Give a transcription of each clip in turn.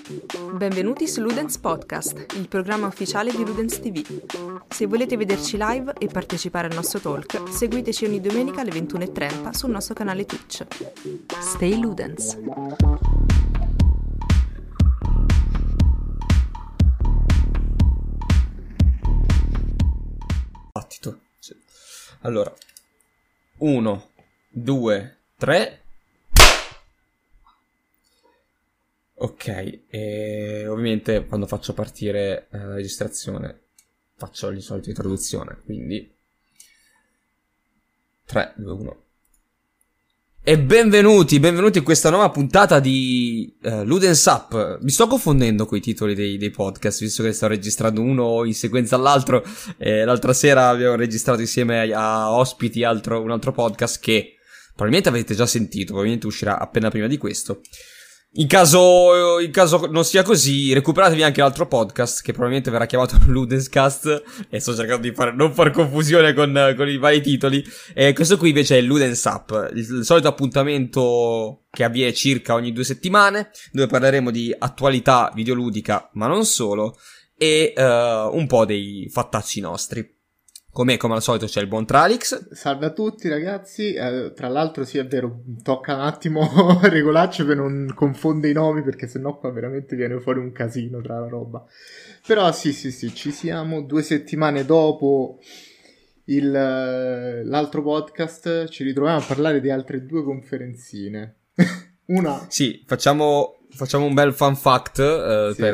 Benvenuti su Ludens Podcast, il programma ufficiale di Ludens TV. Se volete vederci live e partecipare al nostro talk, seguiteci ogni domenica alle 21:30 sul nostro canale Twitch. Stay Ludens! Allora, 1, 2, 3. Ok, e ovviamente quando faccio partire la registrazione faccio di solito introduzione, quindi 3, 2, 1. E benvenuti in questa nuova puntata di Ludens Up. Mi sto confondendo coi titoli dei podcast, visto che sto registrando uno in sequenza all'altro. L'altra sera abbiamo registrato insieme a ospiti un altro podcast che probabilmente avete già sentito, probabilmente uscirà appena prima di questo. In caso non sia così, recuperatevi anche l'altro podcast che probabilmente verrà chiamato Ludenscast, e sto cercando di non far confusione con i vari titoli. E questo qui invece è il Ludens Up, il solito appuntamento che avviene circa ogni 2 settimane, dove parleremo di attualità videoludica, ma non solo, e un po' dei fattacci nostri. Come al solito c'è il buon Tralix. Salve a tutti ragazzi, tra l'altro sì è vero, tocca un attimo regolarci per non confondere i nomi, perché sennò qua veramente viene fuori un casino tra la roba. Però sì, ci siamo 2 settimane dopo l'altro podcast, ci ritroviamo a parlare di altre 2 conferenzine. Una... Sì, facciamo un bel fun fact sì.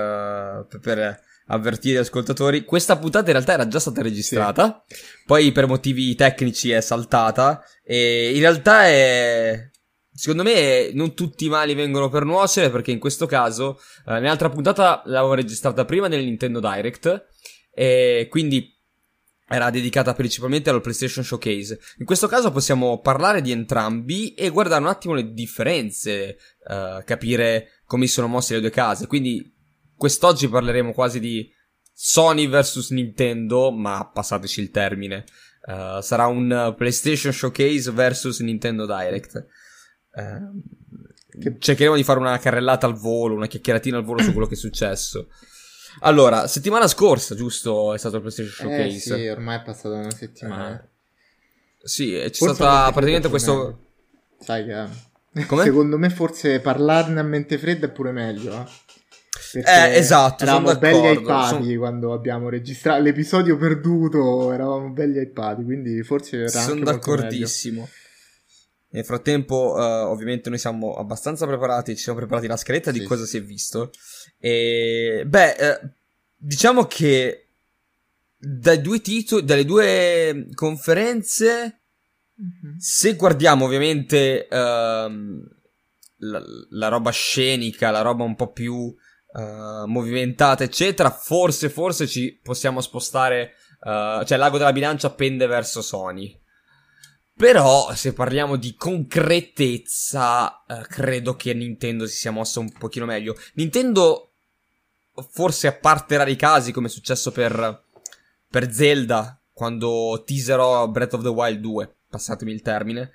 per avvertire gli ascoltatori. Questa puntata in realtà era già stata registrata, sì. Poi per motivi tecnici è saltata, e in realtà secondo me non tutti i mali vengono per nuocere, perché in questo caso nell'altra puntata l'avevo registrata prima del Nintendo Direct, e quindi era dedicata principalmente allo PlayStation Showcase. In questo caso possiamo parlare di entrambi e guardare un attimo le differenze, capire come sono mosse le 2 case. Quindi quest'oggi parleremo quasi di Sony vs Nintendo, ma passateci il termine. Sarà un PlayStation Showcase vs Nintendo Direct. Cercheremo di fare una carrellata al volo, una chiacchieratina al volo su quello che è successo. Allora, settimana scorsa, giusto, è stato il PlayStation Showcase. Sì, ormai è passata una settimana. Sì, c'è stata praticamente questo... Sai che... Come? Secondo me forse parlarne a mente fredda è pure meglio, Perché esatto, eravamo belli hypati quando abbiamo registrato l'episodio perduto, eravamo belli hypati, quindi forse era sono anche d'accordissimo. Meglio. Nel frattempo, ovviamente noi siamo abbastanza preparati, ci siamo preparati la scaletta di cosa si è visto. E diciamo che dalle 2 conferenze, se guardiamo ovviamente la roba scenica, la roba un po' più movimentata eccetera, forse ci possiamo spostare, cioè l'ago della bilancia pende verso Sony. Però se parliamo di concretezza, credo che Nintendo si sia mossa un pochino meglio. Nintendo, forse a parte rari casi, come è successo per Zelda, quando teaserò Breath of the Wild 2, passatemi il termine.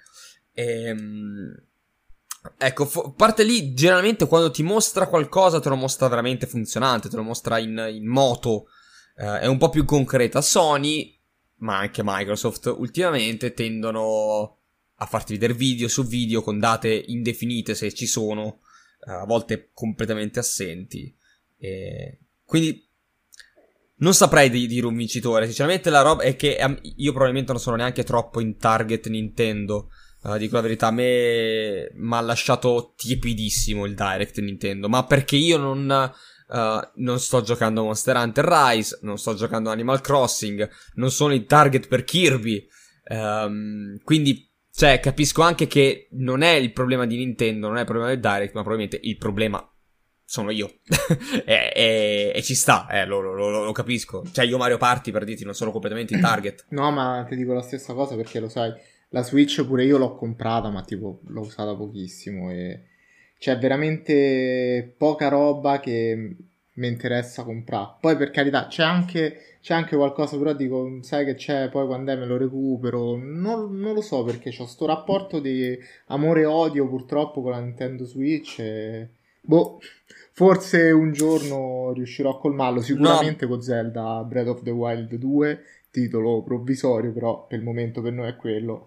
Ecco, a parte lì, generalmente quando ti mostra qualcosa te lo mostra veramente funzionante, te lo mostra in moto, è un po' più concreta. Sony, ma anche Microsoft, ultimamente tendono a farti vedere video su video con date indefinite, se ci sono, a volte completamente assenti. Quindi non saprei dire un vincitore. Sinceramente la roba è che io probabilmente non sono neanche troppo in target Nintendo. Dico la verità, a me mi ha lasciato tiepidissimo il Direct Nintendo, ma perché io non sto giocando Monster Hunter Rise, non sto giocando Animal Crossing, non sono in target per Kirby, quindi cioè capisco anche che non è il problema di Nintendo, non è il problema del Direct, ma probabilmente il problema sono io. e ci sta, lo capisco. Cioè io Mario Party, per dirti, non sono completamente in target. No, ma ti dico la stessa cosa, perché lo sai, la Switch pure io l'ho comprata, ma tipo l'ho usata pochissimo e c'è veramente poca roba che mi interessa comprare. Poi per carità c'è anche qualcosa, però dico, sai che c'è, poi quando me lo recupero, non lo so, perché c'ho sto rapporto di amore e odio purtroppo con la Nintendo Switch e... boh, Forse un giorno riuscirò a colmarlo, sicuramente con Zelda Breath of the Wild 2, titolo provvisorio, però per il momento per noi è quello.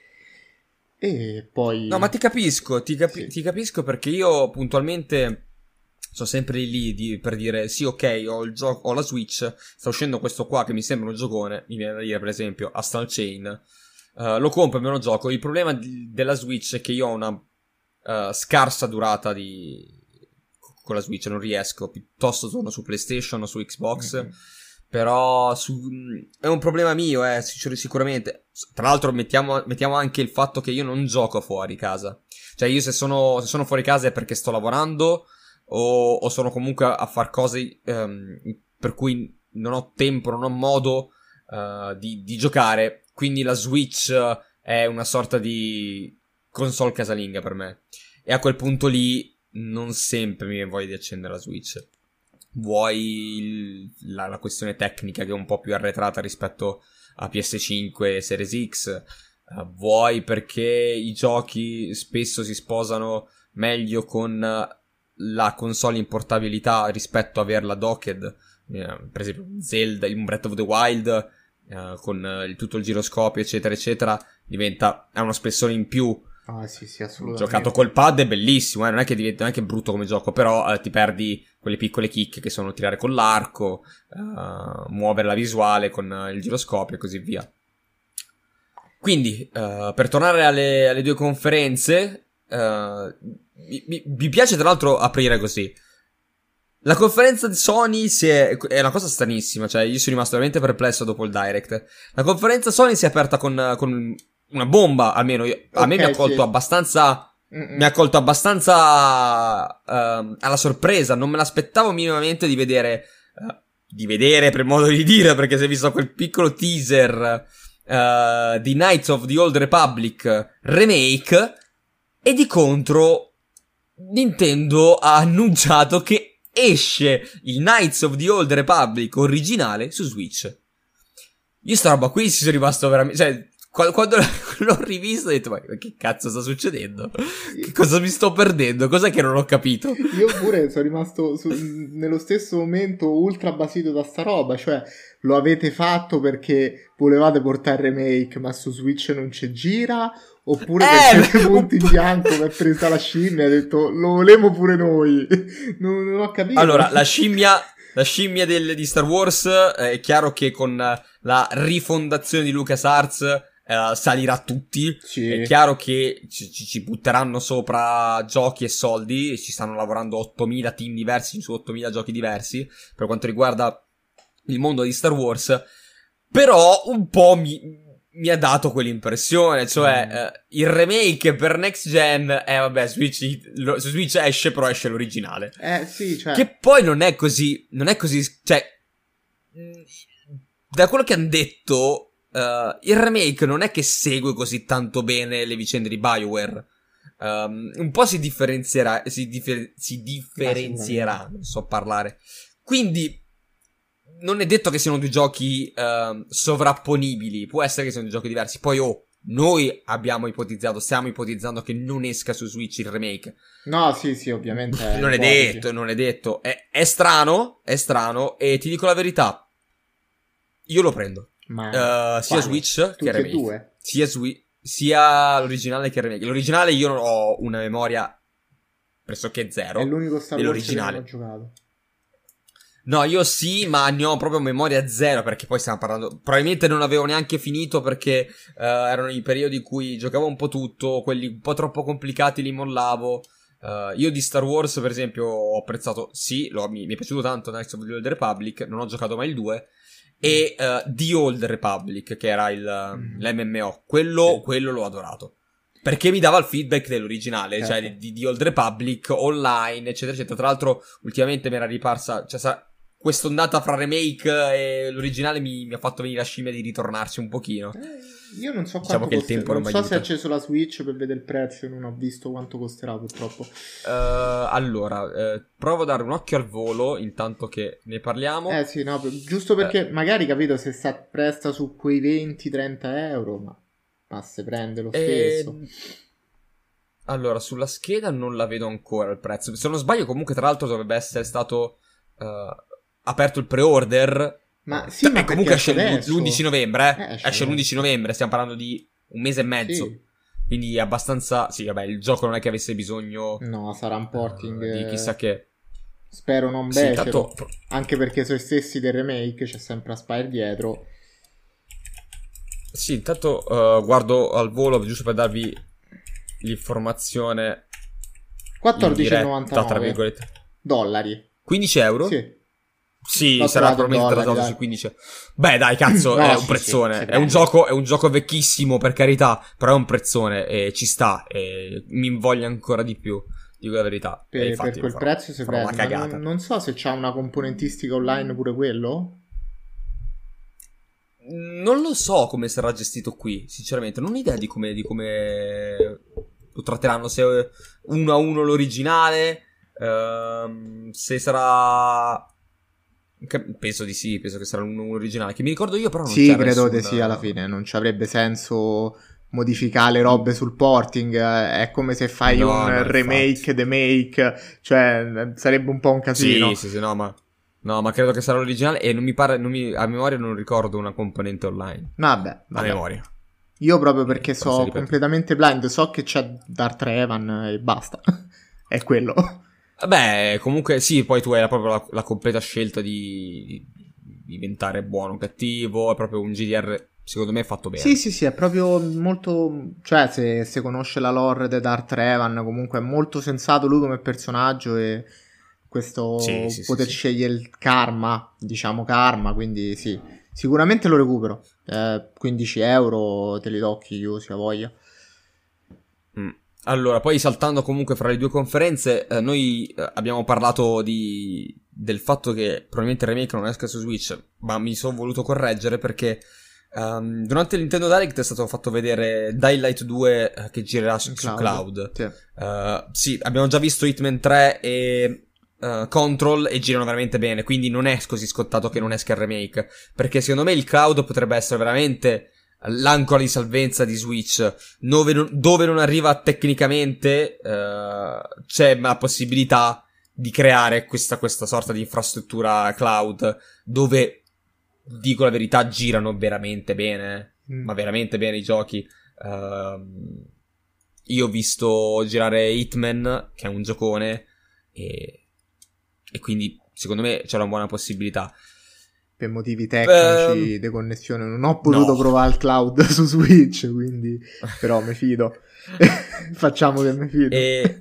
E poi... No, ma ti capisco, Sì. ti capisco perché io puntualmente sono sempre lì per dire sì, ok, ho il gioco, ho la Switch, sta uscendo questo qua che mi sembra un giocone, mi viene da dire per esempio Astral Chain, lo compro e me lo gioco. Il problema della Switch è che io ho una scarsa durata con la Switch, non riesco, piuttosto torno su PlayStation o su Xbox. Mm-hmm. Però è un problema mio, sicuramente. Tra l'altro mettiamo anche il fatto che io non gioco fuori casa. Cioè io se sono fuori casa è perché sto lavorando o sono comunque a far cose per cui non ho tempo, non ho modo di giocare. Quindi la Switch è una sorta di console casalinga per me. E a quel punto lì non sempre mi viene voglia di accendere la Switch. Vuoi la questione tecnica che è un po' più arretrata rispetto a PS5 e Series X, vuoi perché i giochi spesso si sposano meglio con la console in portabilità rispetto a averla docked, per esempio Zelda, un Breath of the Wild con tutto il giroscopio eccetera eccetera ha uno spessore in più. Ah sì, assolutamente. Giocato col pad è bellissimo, non è che diventa anche brutto come gioco, però ti perdi quelle piccole chicche che sono tirare con l'arco, muovere la visuale con il giroscopio e così via. Quindi, per tornare alle due conferenze, mi piace tra l'altro aprire così. La conferenza di Sony è una cosa stranissima, cioè io sono rimasto veramente perplesso dopo il Direct. La conferenza Sony si è aperta con una bomba, almeno a me mi ha colto abbastanza. Mi ha colto abbastanza alla sorpresa. Non me l'aspettavo minimamente di vedere per modo di dire, perché si è visto quel piccolo teaser di Knights of the Old Republic remake, e di contro Nintendo ha annunciato che esce il Knights of the Old Republic originale su Switch. Io sta roba qui ci sono rimasto veramente, cioè quando l'ho rivisto ho detto ma che cazzo sta succedendo? Che cosa mi sto perdendo? Cos'è che non ho capito? Io pure sono rimasto nello stesso momento ultra basito da sta roba, cioè lo avete fatto perché volevate portare il remake ma su Switch non c'è gira, oppure perché punti in bianco mi è presa la scimmia e ha detto lo volemo pure noi. Non ho capito. Allora, la scimmia di Star Wars è chiaro che con la rifondazione di LucasArts salirà tutti. Sì. È chiaro che ci butteranno sopra giochi e soldi. Ci stanno lavorando 8000 team diversi su 8000 giochi diversi per quanto riguarda il mondo di Star Wars. Però un po' mi ha dato quell'impressione, cioè il remake per next gen vabbè, su Switch esce, però esce l'originale. Sì, cioè che poi non è così, cioè da quello che hanno detto il remake non è che segue così tanto bene le vicende di BioWare. Un po' si differenzierà, non so parlare. Quindi non è detto che siano due giochi sovrapponibili, può essere che siano due giochi diversi. Poi noi stiamo ipotizzando che non esca su Switch il remake. No, sì, ovviamente. Non è detto. È strano, e ti dico la verità, io lo prendo. Ma sia Switch che remake. Due? Sia l'originale che il remake. L'originale io non ho una memoria pressoché zero. È l'unico Star Wars che non ho giocato. No, io sì, ma ne ho proprio memoria zero, perché poi stiamo parlando. Probabilmente non avevo neanche finito perché erano i periodi in cui giocavo un po' tutto, quelli un po' troppo complicati li mollavo. Io di Star Wars, per esempio, ho apprezzato, sì, mi è piaciuto tanto Knights of the Old Republic, non ho giocato mai il 2, e The Old Republic, che era l'MMO, quello l'ho adorato. Perché mi dava il feedback dell'originale, certo. Cioè di Old Republic online, eccetera, eccetera. Tra l'altro, ultimamente mi era riparsa, cioè quest'ondata fra remake e l'originale mi ha fatto venire la scimmia di ritornarci un pochino. Io non so diciamo che il tempo non so se ho acceso la Switch per vedere il prezzo, non ho visto quanto costerà purtroppo. Allora, provo a dare un occhio al volo intanto che ne parliamo. Sì, no, giusto perché magari capito se sta presta su quei 20-30 euro, ma se prende lo stesso. Allora, sulla scheda non la vedo ancora il prezzo. Se non sbaglio, comunque, tra l'altro, dovrebbe essere stato aperto il pre-order. Ma sì, ma comunque esce adesso... l'11 novembre, esce l'11 novembre, stiamo parlando di un mese e mezzo. Sì. Quindi abbastanza... Sì, vabbè, il gioco non è che avesse bisogno... No, sarà un porting... di chissà che... Spero non Sì, becero. tanto... Anche perché sui stessi del remake c'è sempre Aspire dietro. Sì, intanto guardo al volo, giusto per darvi l'informazione... 14,99 tra virgolette. dollari. 15 euro? Sì. Sì, L'ho sarà trovato in probabilmente dollari, trattato dai. sui 15. Beh, dai, cazzo, No, è un sì, prezzone. sì, è un gioco vecchissimo, per carità, però è un prezzone e ci sta. E mi invoglia ancora di più, dico la verità. E Per infatti quel farò, prezzo si farò una prende. cagata. Non so se c'ha una componentistica online pure quello. Non lo so come sarà gestito qui, sinceramente. Non ho idea di come lo tratteranno. Se 1-1 l'originale, se sarà... Penso di sì, penso che sarà un originale. Che mi ricordo io, però non Sì, c'era credo nessun... che sì, alla fine non ci avrebbe senso modificare le robe sul porting. È come se fai No, un no, remake, infatti. demake, cioè sarebbe un po' un casino. Sì, no, ma credo che sarà l'originale e non mi pare, a memoria non ricordo una componente online. Vabbè, A vabbè. memoria. Io proprio perché Però so se ripeto. completamente blind, so che c'è Darth Revan e basta. È quello. Beh, comunque sì, poi tu hai proprio la completa scelta di diventare buono o cattivo, è proprio un GDR, secondo me, fatto bene. Sì, è proprio molto... Cioè, se conosce la lore di Darth Revan, comunque è molto sensato lui come personaggio e questo Sì, poter sì. scegliere il karma, diciamo karma, quindi sì, sicuramente lo recupero. 15 euro te li tocchi io, se ha voglia. Allora, poi saltando comunque fra le due conferenze, noi abbiamo parlato del fatto che probabilmente il remake non esca su Switch, ma mi sono voluto correggere perché durante il Nintendo Direct è stato fatto vedere Dying Light 2 che girerà su Cloud. Sì. Sì, abbiamo già visto Hitman 3 e Control e girano veramente bene, quindi non è così scontato che non esca il remake, perché secondo me il Cloud potrebbe essere veramente l'ancora di salvezza di Switch, dove non arriva tecnicamente, c'è la possibilità di creare questa sorta di infrastruttura cloud dove, dico la verità, girano veramente bene, ma veramente bene i giochi. Io ho visto girare Hitman, che è un giocone, e quindi secondo me c'è una buona possibilità. Per motivi tecnici di connessione non ho potuto provare il cloud su Switch, quindi però mi fido. Facciamo che mi fido.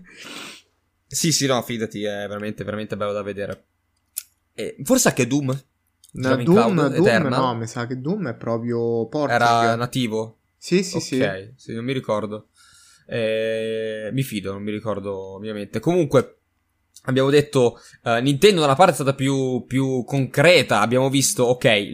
Sì, no, fidati, è veramente, veramente bello da vedere. Forse anche Doom? Doom no, mi sa che Doom è proprio porting. Era nativo? Sì. Ok, sì, non mi ricordo. Mi fido, non mi ricordo ovviamente. Comunque... Abbiamo detto, Nintendo da una parte è stata più concreta, abbiamo visto, ok,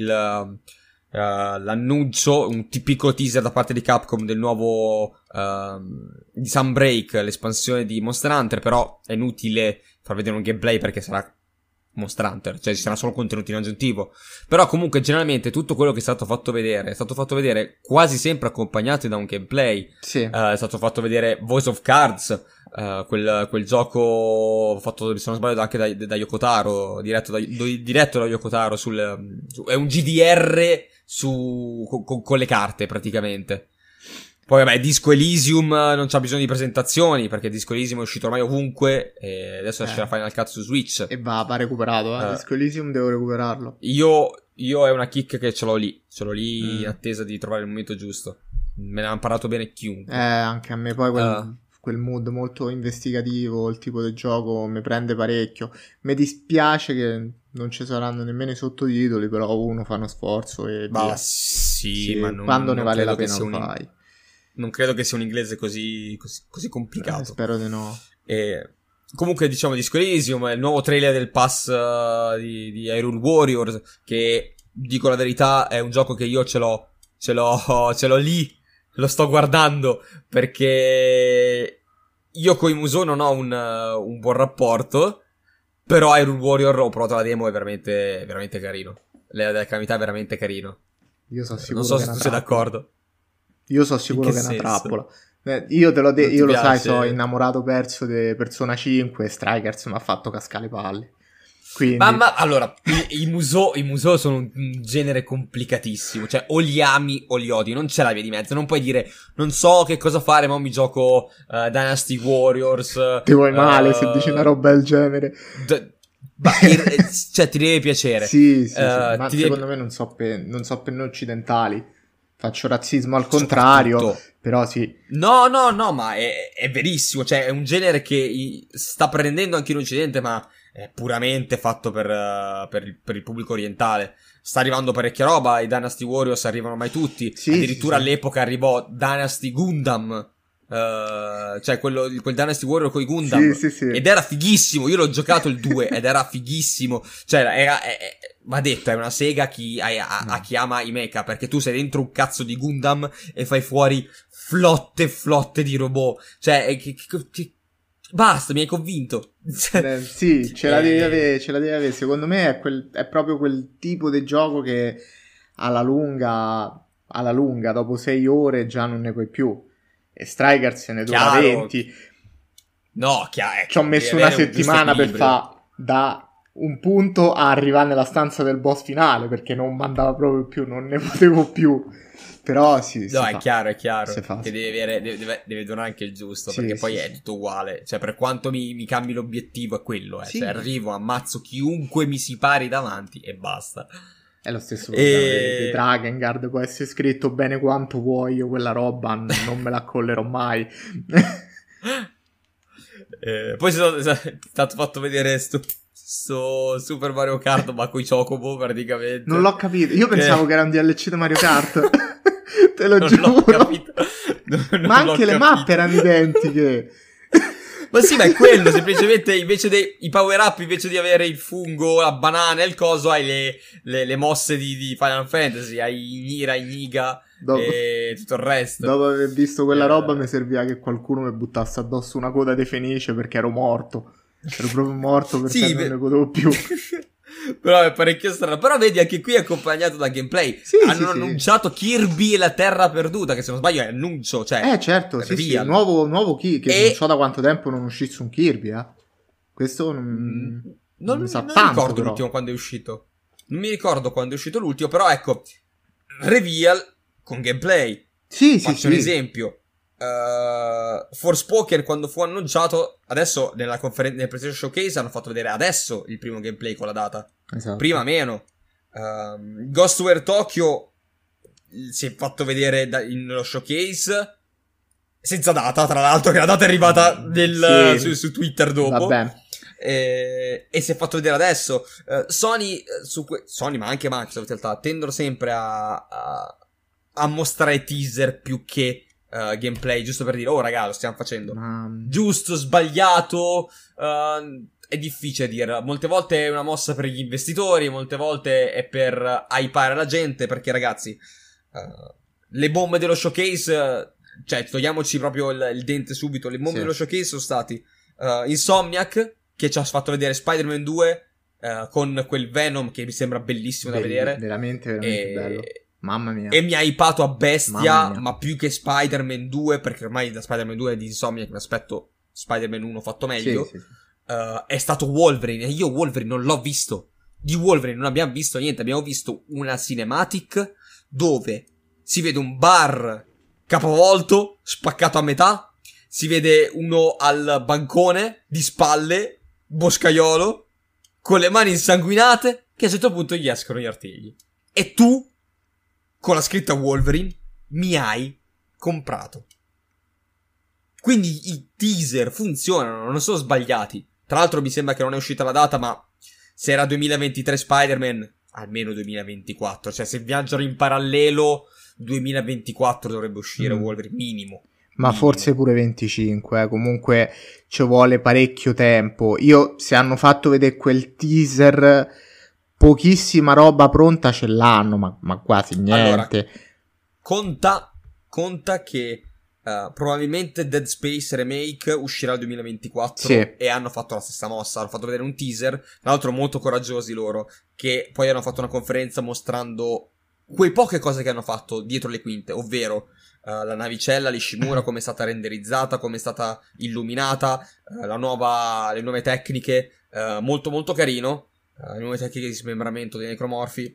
l'annuncio, un piccolo teaser da parte di Capcom del nuovo di Sunbreak, l'espansione di Monster Hunter, però è inutile far vedere un gameplay perché sarà Monster Hunter, cioè ci sarà solo contenuto in aggiuntivo. Però comunque generalmente tutto quello che è stato fatto vedere quasi sempre accompagnato da un gameplay. Sì. È stato fatto vedere Voice of Cards, quel gioco fatto, se non sbaglio, anche da Yoko Taro, diretto da Yoko Taro è un GDR con le carte praticamente. Poi vabbè, Disco Elysium non c'ha bisogno di presentazioni perché Disco Elysium è uscito ormai ovunque e adesso esce la Final Cut su Switch e va recuperato. Disco Elysium devo recuperarlo. Io è una kick che ce l'ho lì in attesa di trovare il momento giusto. Me ne hanno parlato bene chiunque. Anche a me poi quel mood molto investigativo, il tipo di gioco mi prende parecchio. Mi dispiace che non ci saranno nemmeno i sottotitoli, però uno fa uno sforzo e via. Sì, ma quando ne non vale la credo pena lo fai. Non credo che sia un inglese così complicato. Spero di no. Comunque, diciamo, Disco Elysium, il nuovo trailer del pass di Hyrule Warriors, che, dico la verità, è un gioco che io ce l'ho lì, lo sto guardando, perché io con i Musou non ho un buon rapporto, però Hyrule Warrior ho provato la demo, è veramente, veramente carino. La calamità è veramente carino. Io sono sicuro non so se tu sei d'accordo. Io sono sicuro che è una senso? trappola. Io io lo sai, piace? sono innamorato perso di Persona 5 e Strikers mi ha fatto cascare le palle. Quindi... Ma allora, i Musou sono un genere complicatissimo. Cioè, o li ami o li odi. Non c'è la via di mezzo. Non puoi dire, non so che cosa fare, ma mi gioco Dynasty Warriors. Ti vuoi male se dici una roba del genere. Cioè, ti deve piacere. Sì. Ma secondo me non so per noi occidentali. Faccio razzismo al contrario, però sì. No, ma è verissimo. Cioè, è un genere che sta prendendo anche in Occidente, ma è puramente fatto per il pubblico orientale. Sta arrivando parecchia roba. I Dynasty Warriors arrivano mai tutti. Sì, addirittura all'epoca arrivò Dynasty Gundam. Cioè quel Dynasty Warrior con i Gundam. Sì. Ed era fighissimo. Io l'ho giocato il 2 ed era fighissimo. Cioè va detto, è una sega a chi ama i mecha, perché tu sei dentro un cazzo di Gundam e fai fuori flotte di robot. Cioè basta, mi hai convinto. Sì, ce la devi avere. Secondo me è proprio quel tipo di gioco che alla lunga, dopo 6 ore già non ne puoi più. E Striker se ne dura 20. No, chiaro. Ci ho messo una settimana per fare da un punto a arrivare nella stanza del boss finale, perché non mandava proprio più, non ne potevo più. Però sì. No, è chiaro. Che deve donare anche il giusto, perché poi è tutto uguale. Cioè, per quanto mi cambi l'obiettivo, è quello. Cioè, arrivo, ammazzo chiunque mi si pari davanti e basta. È lo stesso problema di Drakengard. Può essere scritto bene quanto vuoi, io quella roba non me la accollerò mai. Poi è stato fatto vedere sto Super Mario Kart, ma coi Chocobo praticamente. Non l'ho capito. Io pensavo che era un DLC di Mario Kart. Te lo giuro. L'ho capito. Ma anche le mappe erano identiche. Ma sì, ma è quello, semplicemente invece i power up, invece di avere il fungo, la banana e il coso, hai le mosse di Final Fantasy, hai i Nira, i Niga e tutto il resto. Dopo aver visto quella roba mi serviva che qualcuno mi buttasse addosso una coda di fenice, perché ero morto. Ero proprio morto perché non ne potevo più. Però è parecchio strano. Però vedi, anche qui è accompagnato da gameplay. Hanno annunciato Kirby e la Terra Perduta, che se non sbaglio è annuncio, cioè certo, sì, nuovo Kirby, che non so da quanto tempo non uscisse un Kirby, questo non mi sa tanto. Non mi ricordo però. l'ultimo quando è uscito. Non mi ricordo quando è uscito l'ultimo, però ecco, reveal con gameplay. Faccio un esempio. Forspoken, quando fu annunciato, adesso nel PlayStation Showcase hanno fatto vedere adesso il primo gameplay con la data. Esatto. Prima meno. Ghostware Tokyo si è fatto vedere nello showcase senza data, tra l'altro, che la data è arrivata su Twitter dopo. Vabbè. E si è fatto vedere adesso. Sony, ma anche Microsoft in realtà tendono sempre a mostrare teaser più che gameplay, giusto per dire, oh raga, lo stiamo facendo. Giusto, sbagliato, è difficile dire. Molte volte è una mossa per gli investitori, molte volte è per hypare la gente, perché ragazzi, le bombe dello showcase, cioè togliamoci proprio il dente subito, le bombe dello showcase sono stati Insomniac, che ci ha fatto vedere Spider-Man 2 con quel Venom che mi sembra bellissimo da vedere, veramente bello. Mamma mia. E mi ha hypato a bestia, ma più che Spider-Man 2, perché ormai da Spider-Man 2 di Insomniac mi aspetto Spider-Man 1 fatto meglio. Sì. È stato Wolverine, e io Wolverine non l'ho visto. Di Wolverine non abbiamo visto niente, abbiamo visto una cinematic dove si vede un bar capovolto, spaccato a metà, si vede uno al bancone, di spalle, boscaiolo, con le mani insanguinate, che a un certo punto gli escono gli artigli. E tu, con la scritta Wolverine, mi hai comprato. Quindi i teaser funzionano, non sono sbagliati. Tra l'altro mi sembra che non è uscita la data, ma se era 2023 Spider-Man, almeno 2024. Cioè, se viaggiano in parallelo, 2024 dovrebbe uscire Wolverine, minimo. Ma forse pure 25, comunque ci vuole parecchio tempo. Se hanno fatto vedere quel teaser, pochissima roba pronta ce l'hanno, ma quasi niente. Allora, conta che probabilmente Dead Space Remake uscirà nel 2024 e hanno fatto la stessa mossa, hanno fatto vedere un teaser, tra l'altro molto coraggiosi loro, che poi hanno fatto una conferenza mostrando quelle poche cose che hanno fatto dietro le quinte, ovvero la navicella, l'Ishimura, come è stata renderizzata, come è stata illuminata, le nuove tecniche, molto molto carino, le nuove tecniche di smembramento dei necromorfi,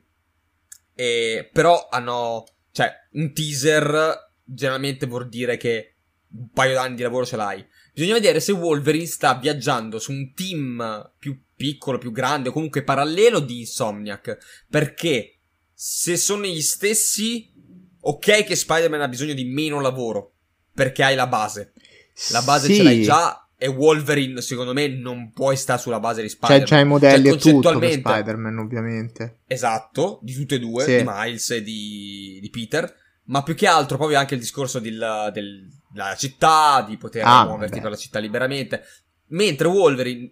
però cioè, un teaser generalmente vuol dire che un paio d'anni di lavoro ce l'hai. Bisogna vedere se Wolverine sta viaggiando su un team più piccolo, più grande, o comunque parallelo di Insomniac, perché se sono gli stessi, ok che Spider-Man ha bisogno di meno lavoro, perché hai la base Sì. ce l'hai già, e Wolverine secondo me non puoi stare sulla base di Spider-Man. C'è già i modelli Cioè, e tutto per concettualmente, Spider-Man, ovviamente. esatto, di tutte e due, Sì. di Miles e di Peter, ma più che altro proprio anche il discorso della città, di poter muoverti per la città liberamente, mentre Wolverine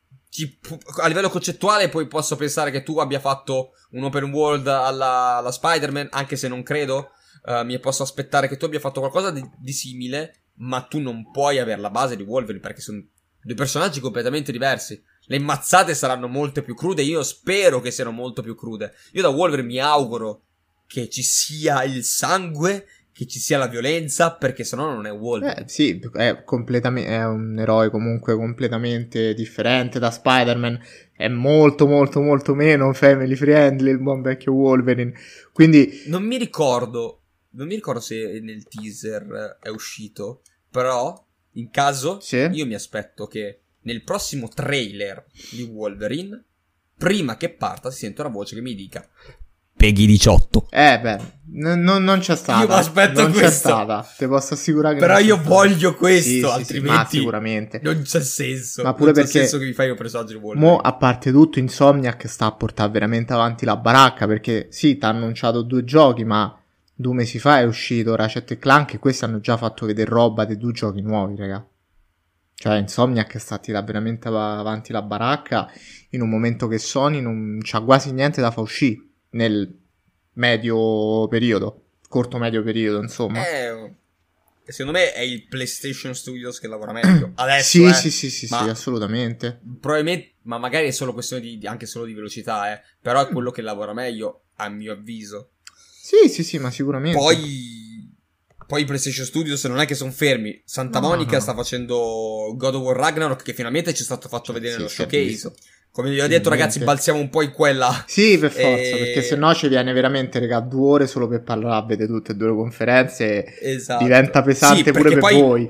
a livello concettuale poi posso pensare che tu abbia fatto un open world alla Spider-Man, anche se non credo, mi posso aspettare che tu abbia fatto qualcosa di simile, ma tu non puoi avere la base di Wolverine, perché sono due personaggi completamente diversi. Le mazzate saranno molto più crude, io spero che siano molto più crude. Io da Wolverine mi auguro che ci sia il sangue, che ci sia la violenza, perché sennò non è Wolverine. Sì, è un eroe comunque completamente differente da Spider-Man, è molto molto molto meno family friendly il buon vecchio Wolverine, quindi non mi ricordo se nel teaser è uscito, però in caso sì. Io mi aspetto che nel prossimo trailer di Wolverine, prima che parta, si senta una voce che mi dica Peggy 18. Non c'è stata. Io mi aspetto non questo. C'è stata, te posso assicurare che però non c'è io stata. voglio questo, sì, altrimenti ma sicuramente non c'è senso. Ma pure non c'è perché senso che mi fai un personaggio di Wolverine. Mo, a parte tutto, Insomniac sta a portare veramente avanti la baracca, perché sì, ti ha annunciato 2 giochi, ma 2 mesi fa è uscito Ratchet & Clank e questi hanno già fatto vedere roba dei 2 giochi nuovi, raga. Cioè Insomniac sta a tirare veramente avanti la baracca in un momento che Sony non c'ha quasi niente da far uscire nel medio periodo, corto medio periodo, insomma. Secondo me è il PlayStation Studios che lavora meglio adesso. Sì, assolutamente. Probabilmente, ma magari è solo questione anche solo di velocità, però è quello che lavora meglio, a mio avviso. Sì, ma sicuramente. Poi i PlayStation Studios non è che sono fermi. Santa Monica sta facendo God of War Ragnarok, che finalmente ci è stato fatto vedere nello showcase. Come vi ho detto, ragazzi, balziamo un po' in quella. Sì, per forza, perché sennò ci viene veramente, raga, 2 ore solo per parlare, vedere tutte e 2 le conferenze. Esatto. Diventa pesante pure per voi.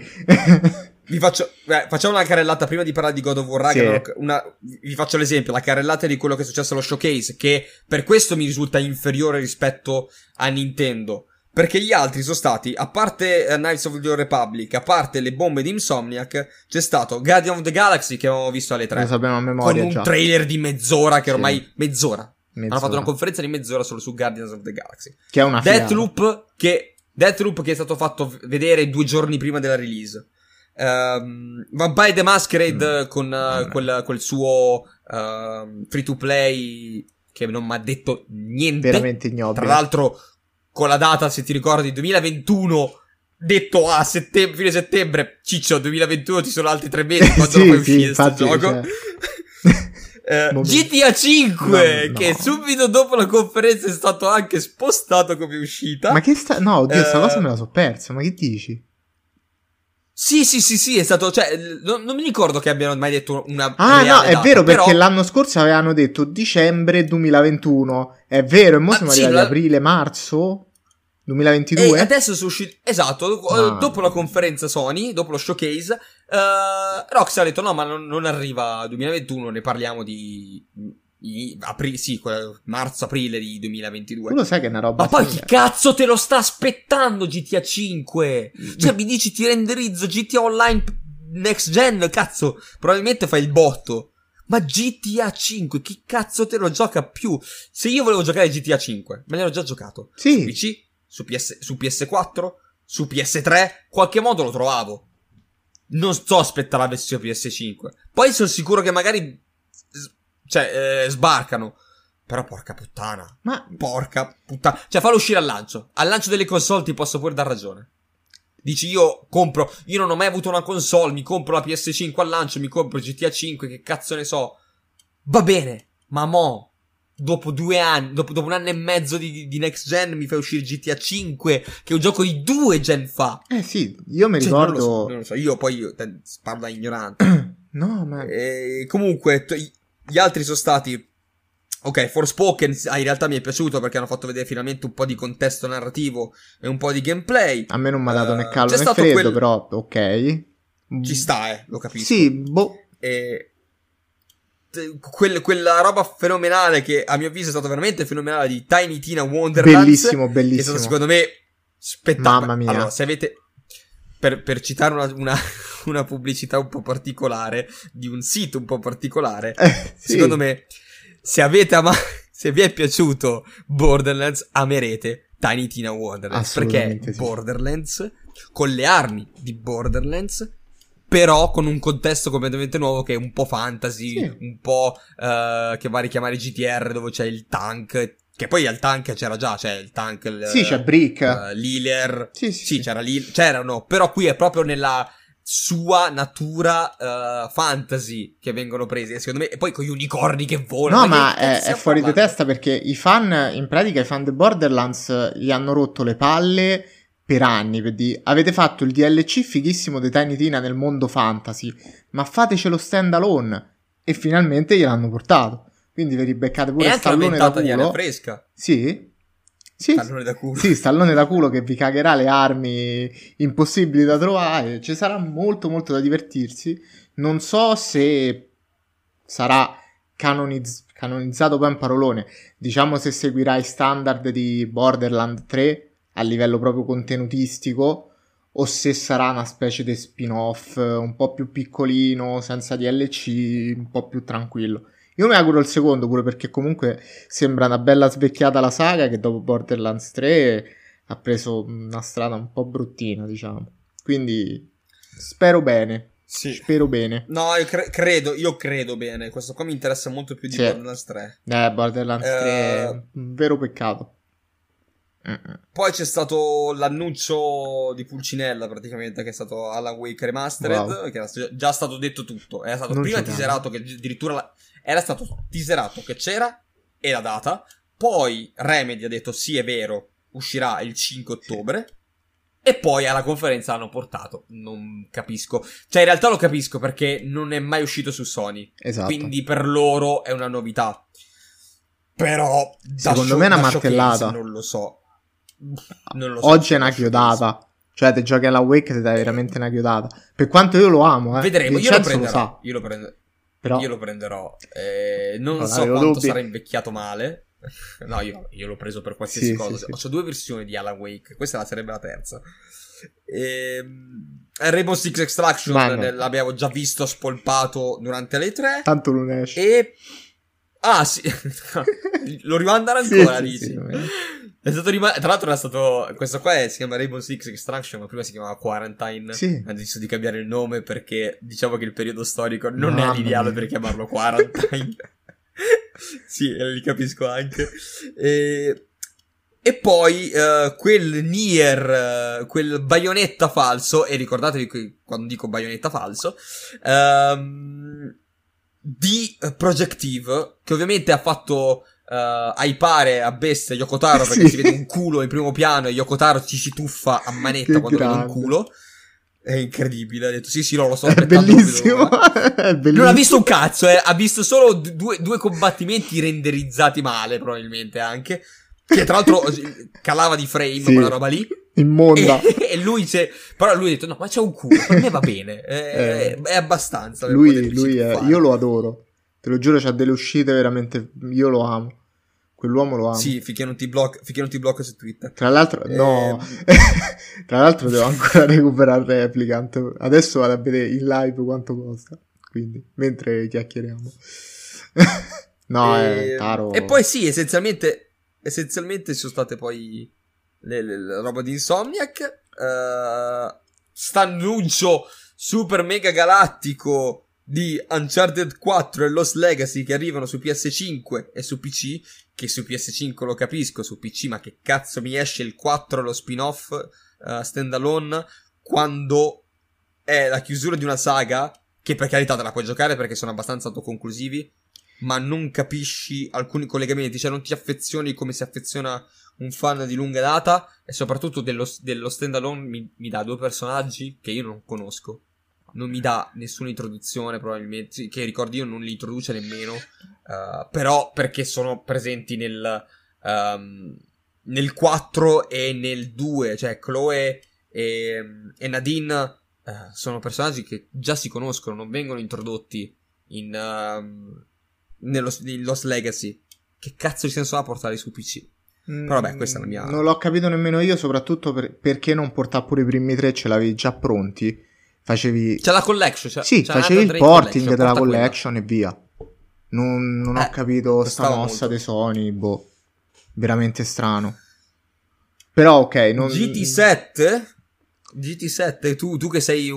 Facciamo una carrellata prima di parlare di God of War Ragnarok. Vi faccio l'esempio, la carrellata di quello che è successo allo showcase, che per questo mi risulta inferiore rispetto a Nintendo. Perché gli altri sono stati, a parte Knights of the Old Republic, a parte le bombe di Insomniac, c'è stato Guardian of the Galaxy che avevamo visto alle 3. Lo sappiamo a memoria, con un trailer di mezz'ora, che ormai mezz'ora. Mezz'ora. Hanno fatto una conferenza di mezz'ora solo su Guardians of the Galaxy. Che è una Deathloop che è stato fatto vedere 2 giorni prima della release. Vampire the Masquerade con quel suo free to play che non mi ha detto niente. Veramente ignobile. Tra l'altro con la data, se ti ricordi, 2021, detto a fine settembre, ciccio, 2021 ci sono altri 3 mesi quando lo fai uscire sto gioco. GTA 5 che subito dopo la conferenza è stato anche spostato come uscita. Ma che no, oddio, sta cosa me la so persa, ma che dici? Sì, è stato, cioè, non mi ricordo che abbiano mai detto una no, è data, vero, però... perché l'anno scorso avevano detto dicembre 2021, è vero, e mo siamo arrivati aprile, marzo 2022? E adesso sono usciti, esatto, dopo la conferenza Sony, dopo lo showcase, Rockstar ha detto no, ma non arriva 2021, ne parliamo di... marzo-aprile di 2022. Tu lo sai che è una roba. Ma poi chi cazzo te lo sta aspettando GTA 5? Cioè mi dici ti renderizzo GTA Online Next Gen, cazzo, probabilmente fai il botto. Ma GTA 5 chi cazzo te lo gioca più? Se io volevo giocare GTA 5 me l'ero già giocato. Sì. Su PC, su PS4, su PS3, qualche modo lo trovavo. Non sto aspettando la versione PS5. Poi sono sicuro che magari sbarcano. Però porca puttana. Cioè fallo uscire al lancio. Al lancio delle console ti posso pure dar ragione. Dici io non ho mai avuto una console, mi compro la PS5 al lancio, mi compro GTA 5, che cazzo ne so. Va bene, ma mo dopo 2 anni, dopo 1 anno e mezzo di next gen mi fai uscire GTA 5, che è un gioco di 2 gen fa. Sì, io mi ricordo... Non lo so, io parlo da ignorante. No, ma... comunque, gli altri sono stati... Ok, Forspoken in realtà mi è piaciuto perché hanno fatto vedere finalmente un po' di contesto narrativo e un po' di gameplay. A me non mi ha dato né caldo né freddo, però ok. Ci sta, lo capisco. Sì, boh. Quella roba fenomenale che a mio avviso è stata veramente fenomenale di Tiny Tina Wonderlands. Bellissimo. Che è stato secondo me spettacolo. Mamma mia. Allora, se avete... Per citare una pubblicità un po' particolare di un sito un po' particolare, sì. Secondo me, se vi è piaciuto Borderlands, amerete Tiny Tina Wonderlands, perché sì. Borderlands con le armi di Borderlands, però con un contesto completamente nuovo che è un po' fantasy, sì. Un po' che va a richiamare GTR, dove c'è il tank, che poi al tank c'era già, c'è il tank, sì, c'è Brick, Liler, sì. c'erano, però qui è proprio nella sua natura fantasy che vengono presi, secondo me, e poi con gli unicorni che volano. No, ma è fuori di testa, perché i fan di Borderlands gli hanno rotto le palle per anni, per dire, avete fatto il DLC fighissimo di Tiny Tina nel mondo fantasy, ma fatecelo stand alone, e finalmente gliel'hanno portato, quindi vi ribeccate pure Stallone da culo. Di aria fresca. Sì. Stallone da culo. Sì, Stallone da culo che vi cagherà le armi impossibili da trovare. Ci sarà molto molto da divertirsi. Non so se sarà canonizzato poi in parolone. Diciamo se seguirà i standard di Borderlands 3 a livello proprio contenutistico, o se sarà una specie di spin-off un po' più piccolino, senza DLC, un po' più tranquillo. Io mi auguro il secondo, pure perché comunque sembra una bella svecchiata la saga, che dopo Borderlands 3 ha preso una strada un po' bruttina, diciamo. Quindi spero bene. Sì. Spero bene. No, io credo bene. Questo qua mi interessa molto più di Borderlands 3. Borderlands 3 è un vero peccato. Poi c'è stato l'annuncio di Pulcinella, praticamente, che è stato Alan Wake Remastered, che era già stato detto tutto. Era stato prima teaserato, che addirittura era stato teaserato che c'era e la data. Poi Remedy ha detto sì, è vero, uscirà il 5 ottobre. E poi alla conferenza l'hanno portato. Non capisco. Cioè, in realtà lo capisco, perché non è mai uscito su Sony. Esatto. Quindi per loro è una novità. Però secondo me è una martellata. Non lo so. Oggi è una chiodata. Cioè, te giochi alla Wake, ti dai veramente una chiodata. Per quanto io lo amo, Vedremo, Vincenzo lo sa. Io lo prenderò. Non so quanto sarà invecchiato male. No, io l'ho preso per qualsiasi cosa. Ho 2 versioni di Alan Wake. Questa sarebbe la terza. Rainbow Six Extraction l'abbiamo già visto spolpato durante le 3. Tanto non esce. E... sì. Lo rimandano ancora, dici? Sì. È stato tra l'altro era stato... Questo qua si chiama Rainbow Six Extraction, ma prima si chiamava Quarantine. Sì. Hanno deciso di cambiare il nome perché diciamo che il periodo storico non è l'ideale per chiamarlo Quarantine. Sì, li capisco anche. E poi quel Nier, quel Bayonetta falso, e ricordatevi quando dico Bayonetta falso, di Projective, che ovviamente ha fatto hypare a bestia Yoko Taro, perché si vede un culo in primo piano e Yoko Taro ci si tuffa a manetta quando vede un culo. È incredibile, ha detto sì, lo sto aspettando. È bellissimo. È bellissimo. Non ha visto un cazzo, ha visto solo due combattimenti renderizzati male, probabilmente anche, che tra l'altro calava di frame, quella roba lì. Immonda. E lui però lui ha detto no, ma c'è un culo, per me va bene, è abbastanza. Lui io lo adoro, te lo giuro, c'ha delle uscite veramente, io lo amo. Quell'uomo lo amo. Sì, finché non ti blocca su Twitter. Tra l'altro, no. Tra l'altro devo ancora recuperare Replicant. Adesso vado a vedere in live quanto costa. Quindi, mentre chiacchieriamo. No, è Taro. E poi sì, essenzialmente sono state poi la roba di Insomniac. St'annuncio super mega galattico di Uncharted 4 e Lost Legacy che arrivano su PS5 e su PC, che su PS5 lo capisco, su PC ma che cazzo mi esce il 4, lo spin-off standalone, quando è la chiusura di una saga, che per carità te la puoi giocare perché sono abbastanza autoconclusivi, ma non capisci alcuni collegamenti, cioè non ti affezioni come si affeziona un fan di lunga data, e soprattutto dello standalone mi dà due personaggi che io non conosco, non mi dà nessuna introduzione, probabilmente, che ricordi io non li introduce nemmeno, però perché sono presenti nel 4 e nel 2, cioè Chloe e Nadine sono personaggi che già si conoscono, non vengono introdotti in Lost Legacy. Che cazzo di senso ha portarli su PC? Però vabbè, questa è la mia... Non l'ho capito nemmeno io, soprattutto perché non portare pure i primi 3, ce l'avevi già pronti. Facevi... C'è la collection. Sì, facevi il porting della collection e via. Non ho capito sta mossa dei Sony, boh. Veramente strano. Però ok, non... GT7, tu che sei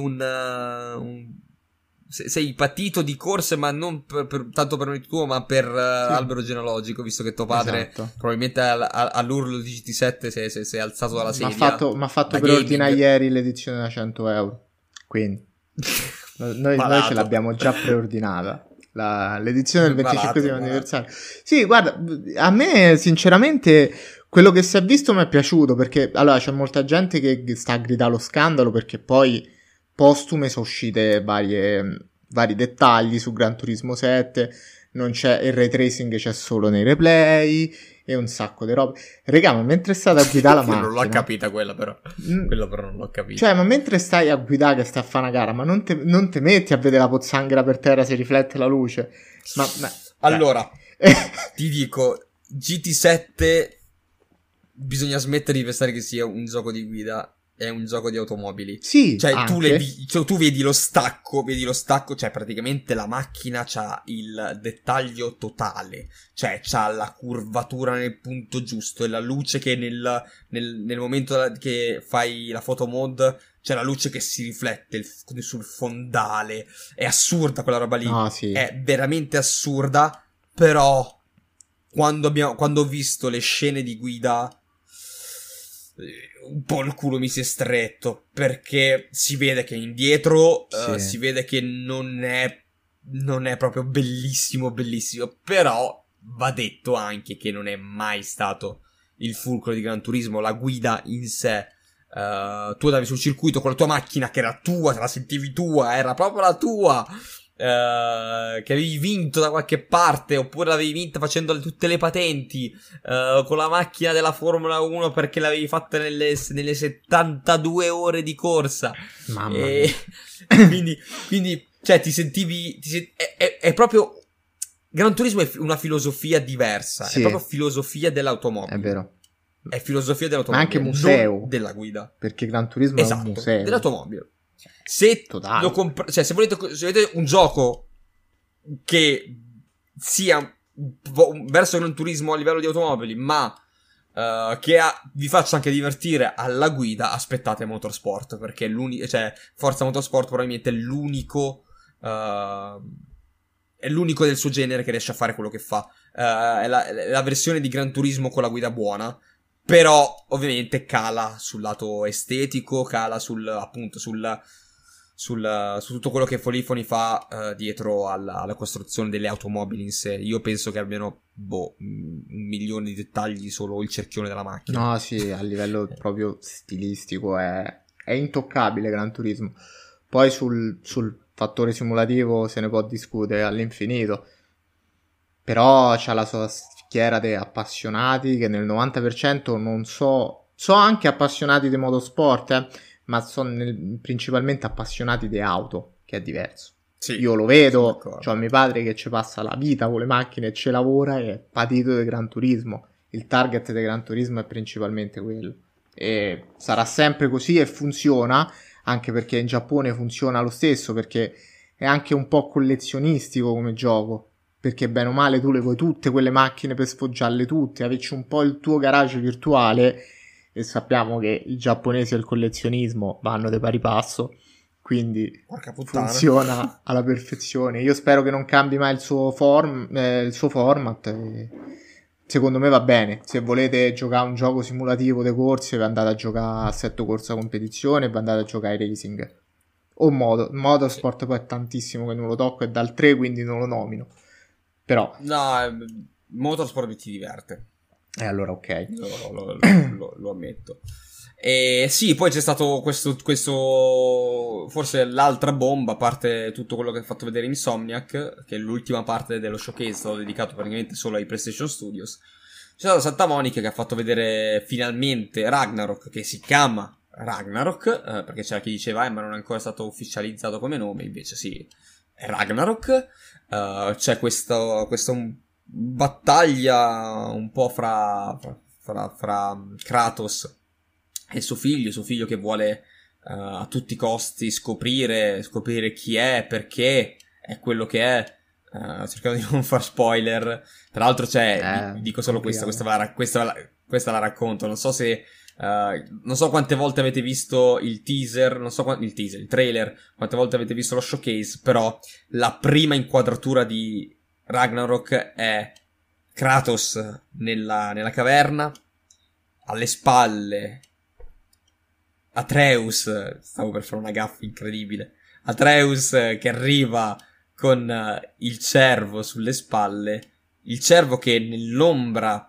sei patito di corse, ma non tanto per il tuo, ma per albero genealogico, visto che tuo padre probabilmente all'urlo di GT7 si è alzato dalla sedia. Mi ha fatto per ordinare ieri l'edizione da 100 euro. Quindi noi ce l'abbiamo già preordinata. L'edizione del 25 anniversario. Sì, guarda, a me sinceramente quello che si è visto mi è piaciuto, perché allora c'è molta gente che sta a gridare lo scandalo perché poi postume sono uscite vari dettagli su Gran Turismo 7, non c'è il ray tracing, c'è solo nei replay e un sacco di robe. Regà, ma mentre state a guidare la macchina... non l'ho capita quella però. Quella però non l'ho capita. Cioè, ma mentre stai a guidare, che stai a fare una gara, ma non te metti a vedere la pozzanghera per terra se riflette la luce? Allora, ti dico, GT7 bisogna smettere di pensare che sia un gioco di guida. È un gioco di automobili. Sì, cioè tu vedi lo stacco, cioè praticamente la macchina c'ha il dettaglio totale, cioè c'ha la curvatura nel punto giusto e la luce che nel momento che fai la photo mode c'è la luce che si riflette sul fondale. È assurda quella roba lì. Sì. È veramente assurda, però quando ho visto le scene di guida un po' il culo mi si è stretto, perché si vede che indietro si vede che non è proprio bellissimo, però va detto anche che non è mai stato il fulcro di Gran Turismo, la guida in sé. Tu andavi sul circuito con la tua macchina che era tua, te la sentivi tua, era proprio la tua, che avevi vinto da qualche parte, oppure l'avevi vinta facendo tutte le patenti, con la macchina della Formula 1 perché l'avevi fatta nelle 72 ore di corsa. Mamma mia. Quindi cioè ti sentivi è proprio Gran Turismo è una filosofia diversa, è proprio filosofia dell'automobile, è vero, è filosofia dell'automobile, ma anche museo non della guida, perché Gran Turismo è un museo dell'automobile. Se cioè se volete un gioco che sia verso Gran Turismo a livello di automobili, ma che vi faccia anche divertire alla guida, aspettate Motorsport, perché cioè Forza Motorsport probabilmente è l'unico del suo genere che riesce a fare quello che fa. È la versione di Gran Turismo con la guida buona, però ovviamente cala sul lato estetico, cala su tutto quello che Polifoni fa dietro alla costruzione delle automobili in sé. Io penso che abbiano un milione di dettagli solo il cerchione della macchina. No, sì, a livello proprio stilistico è intoccabile Gran Turismo. Poi sul fattore simulativo se ne può discutere all'infinito, però c'ha la sua schiera di appassionati che nel 90% non so anche appassionati di motorsport, ma sono principalmente appassionati di auto, che è diverso. Sì, io lo vedo, c'ho mio padre che ci passa la vita con le macchine e ce lavora e è patito di Gran Turismo. Il target di Gran Turismo è principalmente quello e sarà sempre così e funziona, anche perché in Giappone funziona lo stesso, perché è anche un po' collezionistico come gioco, perché bene o male tu le vuoi tutte quelle macchine per sfoggiarle tutte, averci un po' il tuo garage virtuale, e sappiamo che i giapponesi e il collezionismo vanno di pari passo, quindi funziona alla perfezione. Io spero che non cambi mai il suo format e secondo me va bene. Se volete giocare un gioco simulativo di corse, vi andate a giocare a Assetto Corsa Competizione e vi andate a giocare ai racing o Motorsport. Poi è tantissimo che non lo tocco, è dal 3, quindi non lo nomino. Però... No, Motorsport ti diverte. Allora ok. Lo ammetto. E sì, poi c'è stato questo forse l'altra bomba, a parte tutto quello che ha fatto vedere Insomniac, che è l'ultima parte dello showcase, stato dedicato praticamente solo ai PlayStation Studios. C'è stata Santa Monica che ha fatto vedere finalmente Ragnarok, che si chiama Ragnarok, perché c'era chi diceva ma non è ancora stato ufficializzato come nome, invece sì, è Ragnarok. C'è questa battaglia un po' fra Kratos e suo figlio che vuole a tutti i costi scoprire chi è, perché è quello che è, cercando di non far spoiler. Tra l'altro dico solo questa la racconto, non so se non so quante volte avete visto il teaser, il trailer, quante volte avete visto lo showcase, però la prima inquadratura di Ragnarok è Kratos nella caverna, alle spalle Atreus, stavo per fare una gaffa incredibile, Atreus che arriva con il cervo sulle spalle, il cervo che nell'ombra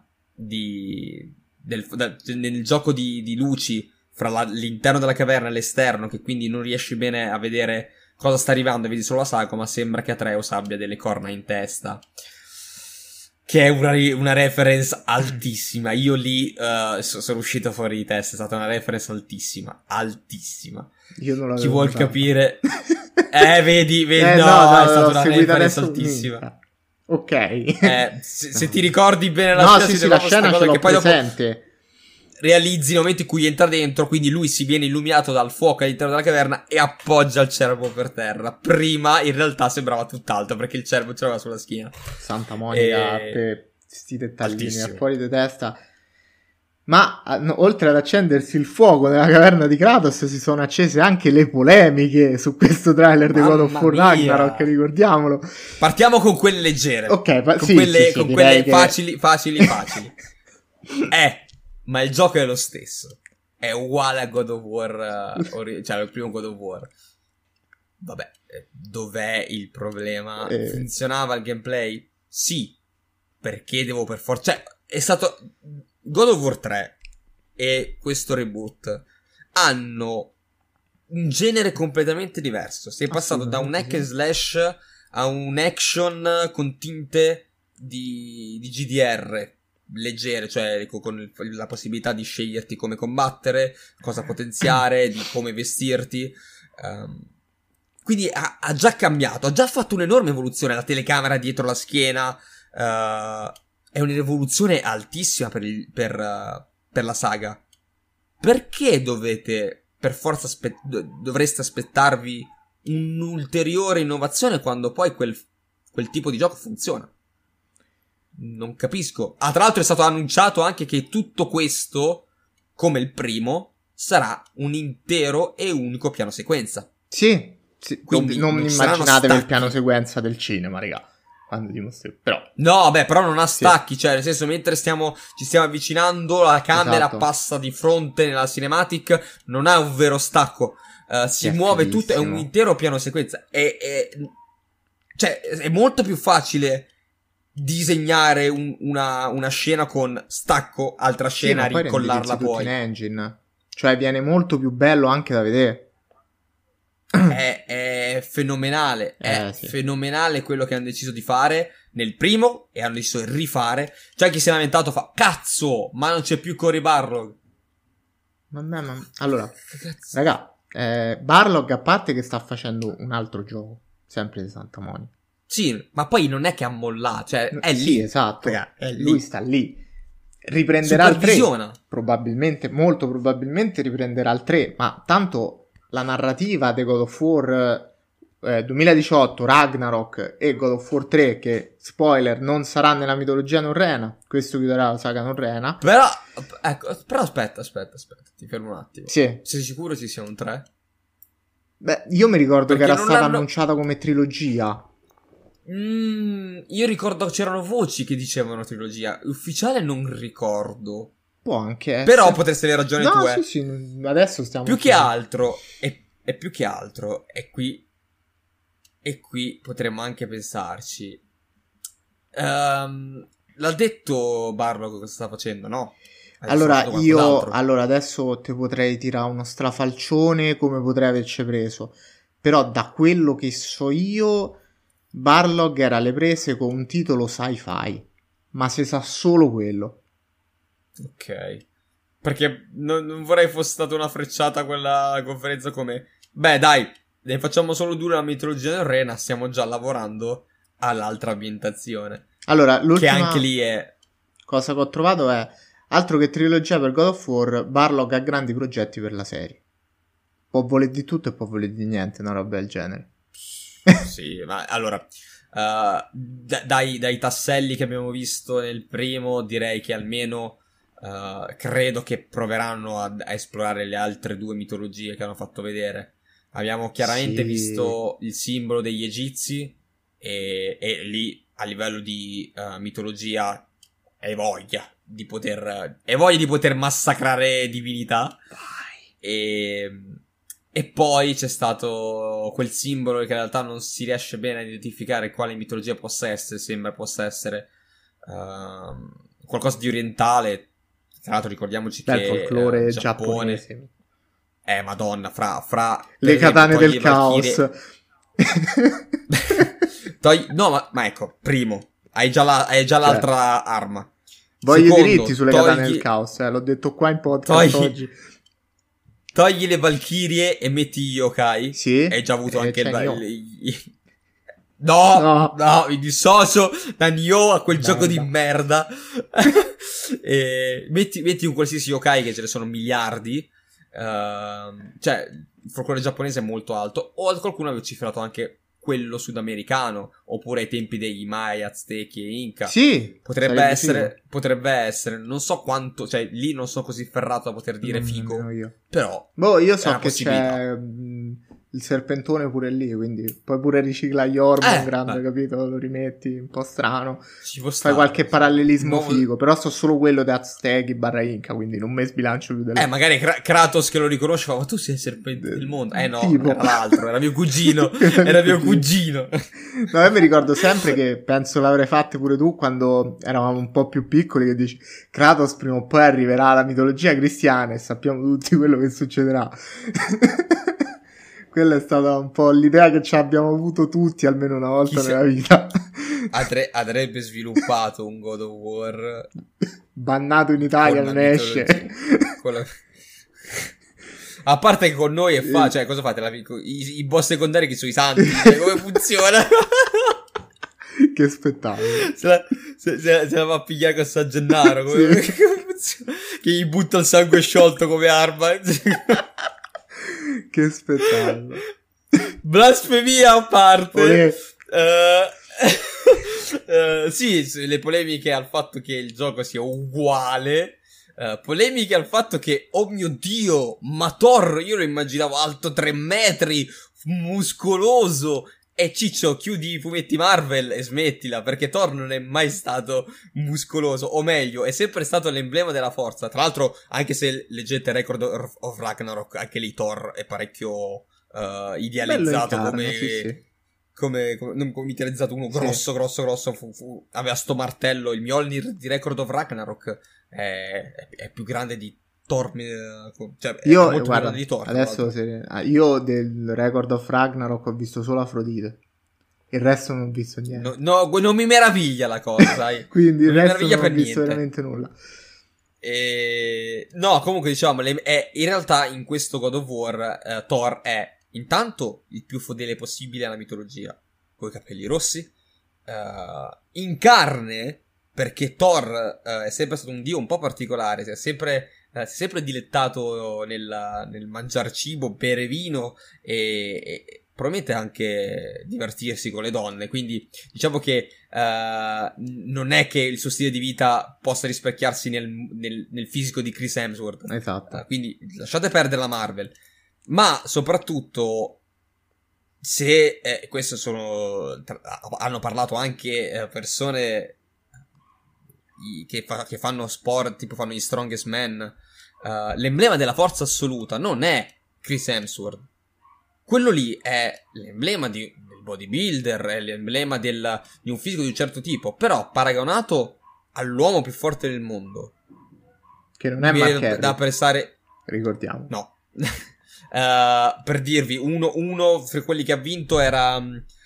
nel gioco di luci fra l'interno della caverna e l'esterno, che quindi non riesci bene a vedere cosa sta arrivando, vedi solo la sagoma, sembra che Atreus abbia delle corna in testa, che è una reference altissima. Io lì sono uscito fuori di testa, è stata una reference altissima. Io non l'avevo chi vuol notato. Capire vedi no, è stata una reference altissima. Ok. Se ti ricordi bene la scena, sì, la scena ce l'ho che poi presente. Dopo realizzi il momento in cui entra dentro, quindi lui si viene illuminato dal fuoco all'interno della caverna e appoggia il cervo per terra. Prima in realtà sembrava tutt'altro, perché il cervo ce l'aveva sulla schiena. Santa Monica, questi dettagli altissimo. fuori di testa. Ma oltre ad accendersi il fuoco nella caverna di Kratos, si sono accese anche le polemiche su questo trailer di God of War Ragnarok, ricordiamolo. Partiamo con quelle leggere. Ok, con quelle facili. Ma il gioco è lo stesso. È uguale a God of War, cioè il primo God of War. Vabbè, dov'è il problema? Funzionava il gameplay? Sì. Perché devo per forza... Cioè, è stato... God of War 3 e questo reboot hanno un genere completamente diverso. Sei passato da un hack and slash a un action con tinte di GDR leggere, cioè con la possibilità di sceglierti come combattere, cosa potenziare, di come vestirti. Quindi ha già cambiato, ha già fatto un'enorme evoluzione. La telecamera dietro la schiena è un'evoluzione altissima per la saga. Perché dovete per forza dovreste aspettarvi un'ulteriore innovazione quando poi quel tipo di gioco funziona? Non capisco. Tra l'altro è stato annunciato anche che tutto questo, come il primo, sarà un intero e unico piano sequenza. Sì. Quindi non immaginatevi il piano sequenza del cinema, raga. Quando dimostri, però. No, beh, però non ha stacchi, cioè, nel senso, mentre ci stiamo avvicinando, la camera passa di fronte nella cinematic, non ha un vero stacco. Si muove tutto, è un intero piano sequenza. Cioè, è molto più facile disegnare una scena con stacco, altra scena, ricollarla poi. In engine. Cioè, viene molto più bello anche da vedere. È fenomenale, fenomenale quello che hanno deciso di fare nel primo e hanno deciso di rifare. C'è chi si è lamentato, cazzo, ma non c'è più Cory Barlog. Allora, raga, Barlog, a parte che sta facendo un altro gioco, sempre di Santa Monica. Sì, ma poi non è che ha mollato, cioè è lì. Sì, esatto, raga, è lui lì. sta lì. Riprenderà il 3, probabilmente, molto probabilmente riprenderà il 3, ma tanto la narrativa di God of War 2018, Ragnarok e God of War 3, che, spoiler, non sarà nella mitologia norrena, questo chiuderà la saga norrena. Però aspetta, ti fermo un attimo. Sì. Sei sicuro ci sia un 3? Beh, io mi ricordo perché che era stata annunciata come trilogia. Io ricordo c'erano voci che dicevano trilogia. Ufficiale non ricordo. Può anche essere. Però potresti avere ragione tu, Sì, adesso stiamo... Più che altro, e più che altro, e qui potremmo anche pensarci. L'ha detto Barlow cosa sta facendo, no? Allora adesso te potrei tirare uno strafalcione come potrei averci preso, però da quello che so io Barlog era alle prese con un titolo sci-fi, ma si sa solo quello. Ok, perché non vorrei fosse stata una frecciata quella conferenza come beh dai, ne facciamo solo due la mitologia del Rena, stiamo già lavorando all'altra ambientazione. Allora l'ultima che anche lì è cosa che ho trovato è altro che trilogia per God of War, Barlog ha grandi progetti per la serie. Può voler di tutto e può voler di niente, una roba del genere. Sì, ma allora dai tasselli che abbiamo visto nel primo, direi che almeno credo che proveranno a esplorare le altre due mitologie che hanno fatto vedere. Abbiamo chiaramente visto il simbolo degli egizi e lì a livello di mitologia hai voglia di poter massacrare divinità. E poi c'è stato quel simbolo che in realtà non si riesce bene a identificare quale mitologia possa essere. Sembra possa essere qualcosa di orientale. Tra l'altro ricordiamoci che il folklore Giappone, giapponese. Madonna, fra le katane del caos. No, ma ecco, primo, hai già l'altra arma. Voglio i diritti sulle katane del caos, l'ho detto qua in podcast oggi. Togli le Valchirie e metti gli yokai. Sì. Hai già avuto anche No, mi dissocio da Nioh a quel gioco di merda. Metti un qualsiasi yokai, che ce ne sono miliardi. Cioè, il folklore giapponese è molto alto. O qualcuno aveva cifrato anche quello sudamericano, oppure ai tempi degli Maya, Aztechi e Inca. Sì, potrebbe essere, non so quanto, cioè lì non sono così ferrato da poter dire figo, però io so che c'è il serpentone pure lì, quindi puoi pure riciclare gli Orban grande, capito? Lo rimetti un po' strano, fai qualche parallelismo figo, però so solo quello di Aztechi / Inca, quindi non mi sbilancio più delle... magari Kratos che lo riconosce fa, ma tu sei il serpente del mondo. No, tipo... era l'altro, era mio cugino. No, io mi ricordo sempre che penso l'avrei fatto pure tu quando eravamo un po' più piccoli, che dici Kratos prima o poi arriverà alla mitologia cristiana e sappiamo tutti quello che succederà. Quella è stata un po' l'idea che ci abbiamo avuto tutti almeno una volta nella vita. Avrebbe sviluppato un God of War bannato in Italia, non esce. A parte che con noi è cioè cosa fate? I boss secondari che sono i santi, come funziona? Che spettacolo. Se la va a pigliare con San Gennaro, come funziona? Che gli butta il sangue sciolto come arma. Che spettacolo. Blasfemia a parte. Sì, le polemiche al fatto che il gioco sia uguale. Polemiche al fatto che, oh mio Dio, ma Thor io lo immaginavo alto 3 metri, muscoloso. E Ciccio, chiudi i fumetti Marvel e smettila, perché Thor non è mai stato muscoloso, o meglio, è sempre stato l'emblema della forza. Tra l'altro, anche se leggete Record of Ragnarok, anche lì Thor è parecchio idealizzato come idealizzato, uno grosso, aveva sto martello. Il Mjolnir di Record of Ragnarok è più grande di Thor, cioè io, molto guarda, di Thor, adesso io del Record of Ragnarok ho visto solo Afrodite, il resto non ho visto niente. No, non mi meraviglia la cosa, sai. Quindi il resto non ho visto veramente nulla. No, comunque diciamo, in realtà in questo God of War Thor è intanto il più fedele possibile alla mitologia, con i capelli rossi, in carne, perché Thor è sempre stato un dio un po' particolare, si è sempre dilettato nel mangiare cibo, bere vino e probabilmente anche divertirsi con le donne, quindi diciamo che non è che il suo stile di vita possa rispecchiarsi nel fisico di Chris Hemsworth. Esatto. Quindi lasciate perdere la Marvel, ma soprattutto se questo hanno parlato anche persone che fanno sport, tipo fanno gli Strongest Men, l'emblema della forza assoluta non è Chris Hemsworth, quello lì è l'emblema del bodybuilder, è l'emblema di un fisico di un certo tipo, però paragonato all'uomo più forte del mondo, che non è Mark Henry, da pensare, ricordiamo. No. Per dirvi, uno fra quelli che ha vinto era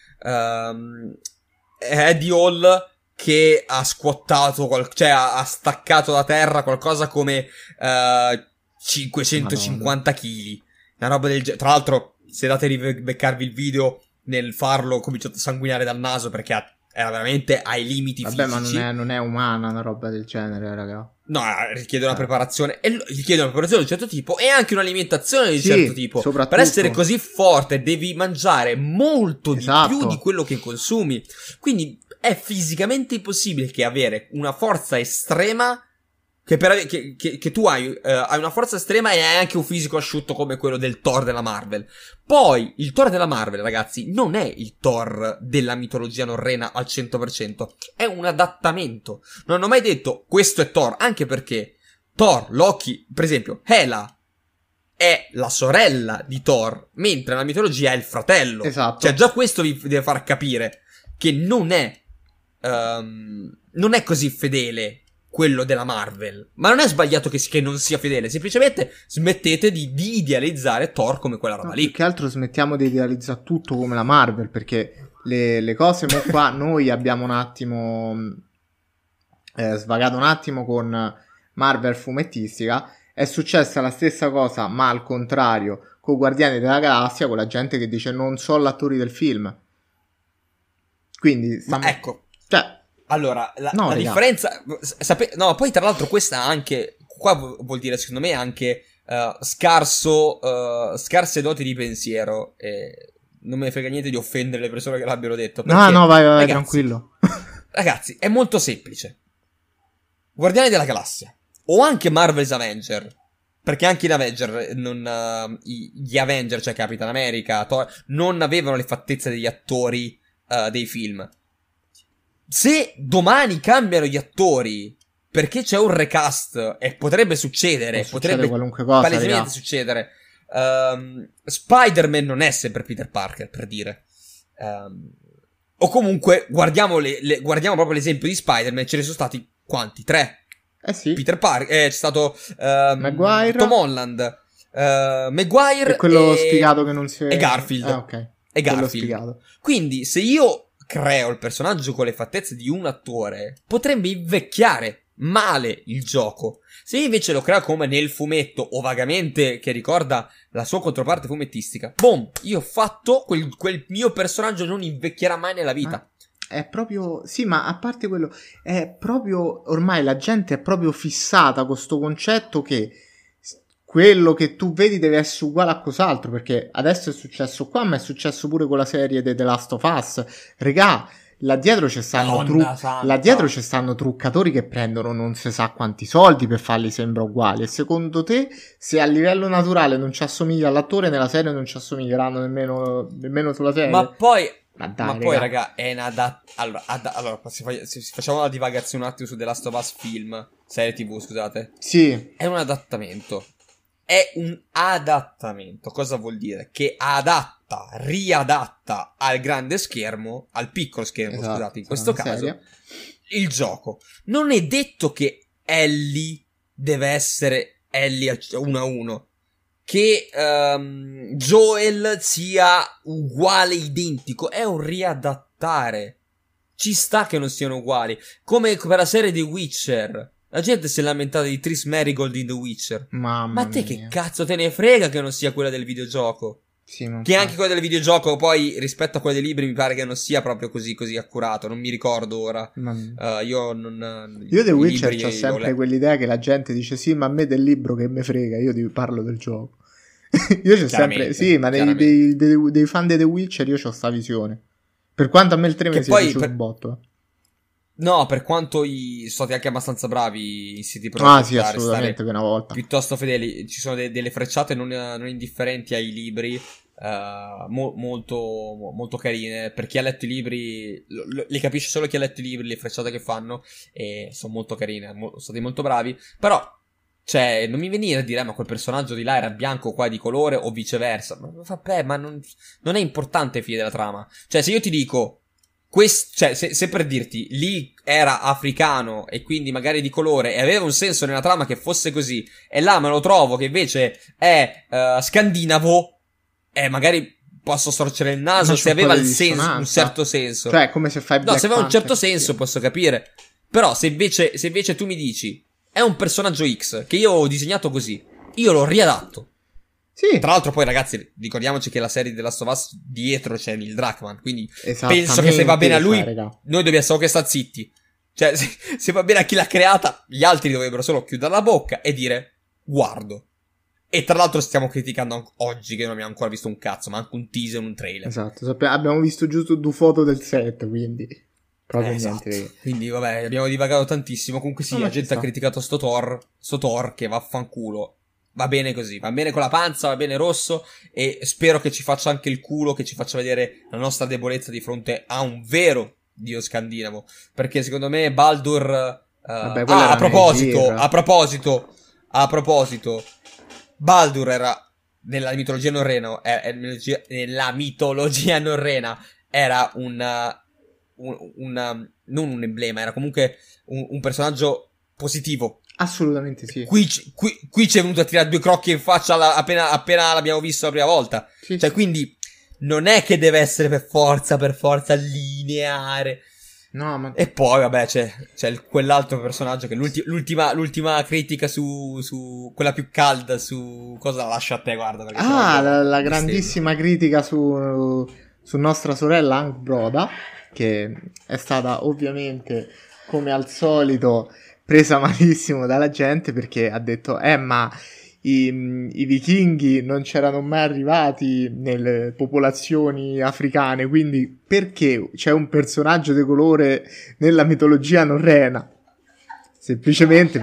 Eddie Hall, che ha squattato, cioè ha staccato da terra qualcosa come 550 kg, una roba del genere. Tra l'altro, se date a beccarvi il video, nel farlo ho cominciato a sanguinare dal naso perché era veramente ai limiti fisici. Ma non è umana una roba del genere, raga. No, richiede una preparazione, richiede una preparazione di un certo tipo e anche un'alimentazione di un certo tipo. Per essere così forte devi mangiare molto di più di quello che consumi. Quindi è fisicamente impossibile che avere una forza estrema, che tu hai una forza estrema e hai anche un fisico asciutto come quello del Thor della Marvel. Poi il Thor della Marvel, ragazzi, non è il Thor della mitologia norrena al 100%, è un adattamento. Non ho mai detto questo è Thor, anche perché Thor, Loki, per esempio, Hela è la sorella di Thor, mentre nella mitologia è il fratello. Esatto. Cioè già questo vi deve far capire che non è così fedele quello della Marvel. Ma non è sbagliato che non sia fedele, semplicemente smettete di idealizzare Thor come quella roba lì. Più che altro smettiamo di idealizzare tutto come la Marvel, perché le cose qua noi abbiamo un attimo svagato un attimo con Marvel fumettistica. È successa la stessa cosa, ma al contrario, con Guardiani della Galassia, con la gente che dice non so l'attori del film. Quindi ma ecco, cioè, allora, la differenza... no, poi tra l'altro questa anche... Qua vuol dire, secondo me, anche scarse doti di pensiero. E non me ne frega niente di offendere le persone che l'abbiano detto. Perché, no, vai, ragazzi, tranquillo. Ragazzi, è molto semplice. Guardiani della Galassia. O anche Marvel's Avenger. Perché anche gli Avenger, gli Avenger, cioè Capitan America, Thor, non avevano le fattezze degli attori dei film. Se domani cambiano gli attori perché c'è un recast, e potrebbe succedere, potrebbe qualunque cosa, palesemente succedere, Spider-Man non è sempre Peter Parker, per dire, o comunque guardiamo proprio l'esempio di Spider-Man. Ce ne sono stati quanti? 3. Sì. Peter Parker, c'è stato Maguire, Tom Holland, Maguire e quello sfigato che non si vede, e Garfield. Ok. E Garfield. Quindi se io creo il personaggio con le fattezze di un attore, potrebbe invecchiare male il gioco. Se invece lo creo come nel fumetto, o vagamente che ricorda la sua controparte fumettistica, boom, io ho fatto quel mio personaggio non invecchierà mai nella vita. È proprio, sì, ma a parte quello, è proprio, ormai la gente è proprio fissata con sto concetto che quello che tu vedi deve essere uguale a cos'altro, perché adesso è successo qua, ma è successo pure con la serie The Last of Us. Regà, là dietro ci stanno truccatori che prendono non si sa quanti soldi per farli sembra uguali. E secondo te, se a livello naturale non ci assomiglia all'attore, nella serie non ci assomiglieranno nemmeno sulla serie? Ma poi raga, raga, è allora facciamo una divagazione un attimo su The Last of Us film, serie TV, scusate. Sì. È un adattamento. È un adattamento. Cosa vuol dire? Che riadatta al grande schermo, al piccolo schermo, esatto, scusate, in questo caso, il gioco. Non è detto che Ellie deve essere Ellie 1-1. Che Joel sia uguale, identico. È un riadattare. Ci sta che non siano uguali. Come per la serie di Witcher. La gente si è lamentata di Triss Merigold in The Witcher. Ma te mia. che cazzo te ne frega che non sia quella del videogioco? Sì, che anche quella del videogioco poi rispetto a quella dei libri mi pare che non sia proprio così accurato. Non mi ricordo ora. Io The Witcher c'ho sempre quell'idea che la gente dice sì, ma a me del libro che me frega, io ti parlo del gioco. Io c'ho sempre, sì, ma dei fan di The Witcher io c'ho sta visione. Per quanto a me il 3 mi sia piaciuto un botto. No, per quanto sono stati anche abbastanza bravi i siti pro. Sì, assolutamente, per una volta. Piuttosto fedeli. Ci sono delle frecciate non indifferenti ai libri, molto carine. Per chi ha letto i libri, li capisce solo chi ha letto i libri, le frecciate che fanno, e sono molto carine, sono stati molto bravi. Però Cioè, non mi venire a dire, ma quel personaggio di là era bianco, qua di colore, o viceversa. Ma vabbè, ma non è importante ai fini della trama. Cioè, se io ti dico, cioè, se per dirti, lì era africano, e quindi magari di colore, e aveva un senso nella trama che fosse così, e là me lo trovo che invece è scandinavo, magari posso storcere il naso se aveva il senso, un certo senso. Cioè, come se fai Black No, se aveva un certo Panther, senso, sì. posso capire. Però se invece tu mi dici è un personaggio X che io ho disegnato così, io l'ho riadatto. Sì. Tra l'altro poi ragazzi, ricordiamoci che la serie della Last of Us dietro c'è Neil Druckmann, quindi Esattamente, penso che se va bene a lui, raga. noi dobbiamo solo che sta zitti. Cioè, se va bene a chi l'ha creata, gli altri dovrebbero solo chiudere la bocca e dire guardo. E tra l'altro stiamo criticando oggi che non abbiamo ancora visto un cazzo, ma anche un teaser, un trailer. Esatto, abbiamo visto giusto 2 foto del set, quindi proprio Esatto. niente. Quindi vabbè, abbiamo divagato tantissimo. Comunque sì, No, la gente ha criticato sto Thor che vaffanculo. Va bene così, va bene con la panza, va bene rosso, e spero che ci faccia anche il culo, che ci faccia vedere la nostra debolezza di fronte a un vero dio scandinavo. Perché secondo me Baldur... Vabbè, a proposito, Baldur era nella mitologia norrena, nella mitologia norrena era non un emblema, era comunque un personaggio positivo. Assolutamente sì. Qui ci è venuto a tirare 2 crocchi in faccia appena l'abbiamo visto la prima volta. Sì, cioè, sì. quindi non è che deve essere per forza lineare. No, ma... E poi, vabbè, c'è quell'altro personaggio che l'ultima critica su quella più calda, su cosa la lascio a te, guarda. la grandissima critica su nostra sorella Angbroda, che è stata ovviamente, come al solito, presa malissimo dalla gente, perché ha detto ma i vichinghi non c'erano mai arrivati nelle popolazioni africane, quindi perché c'è un personaggio di colore nella mitologia norrena? Semplicemente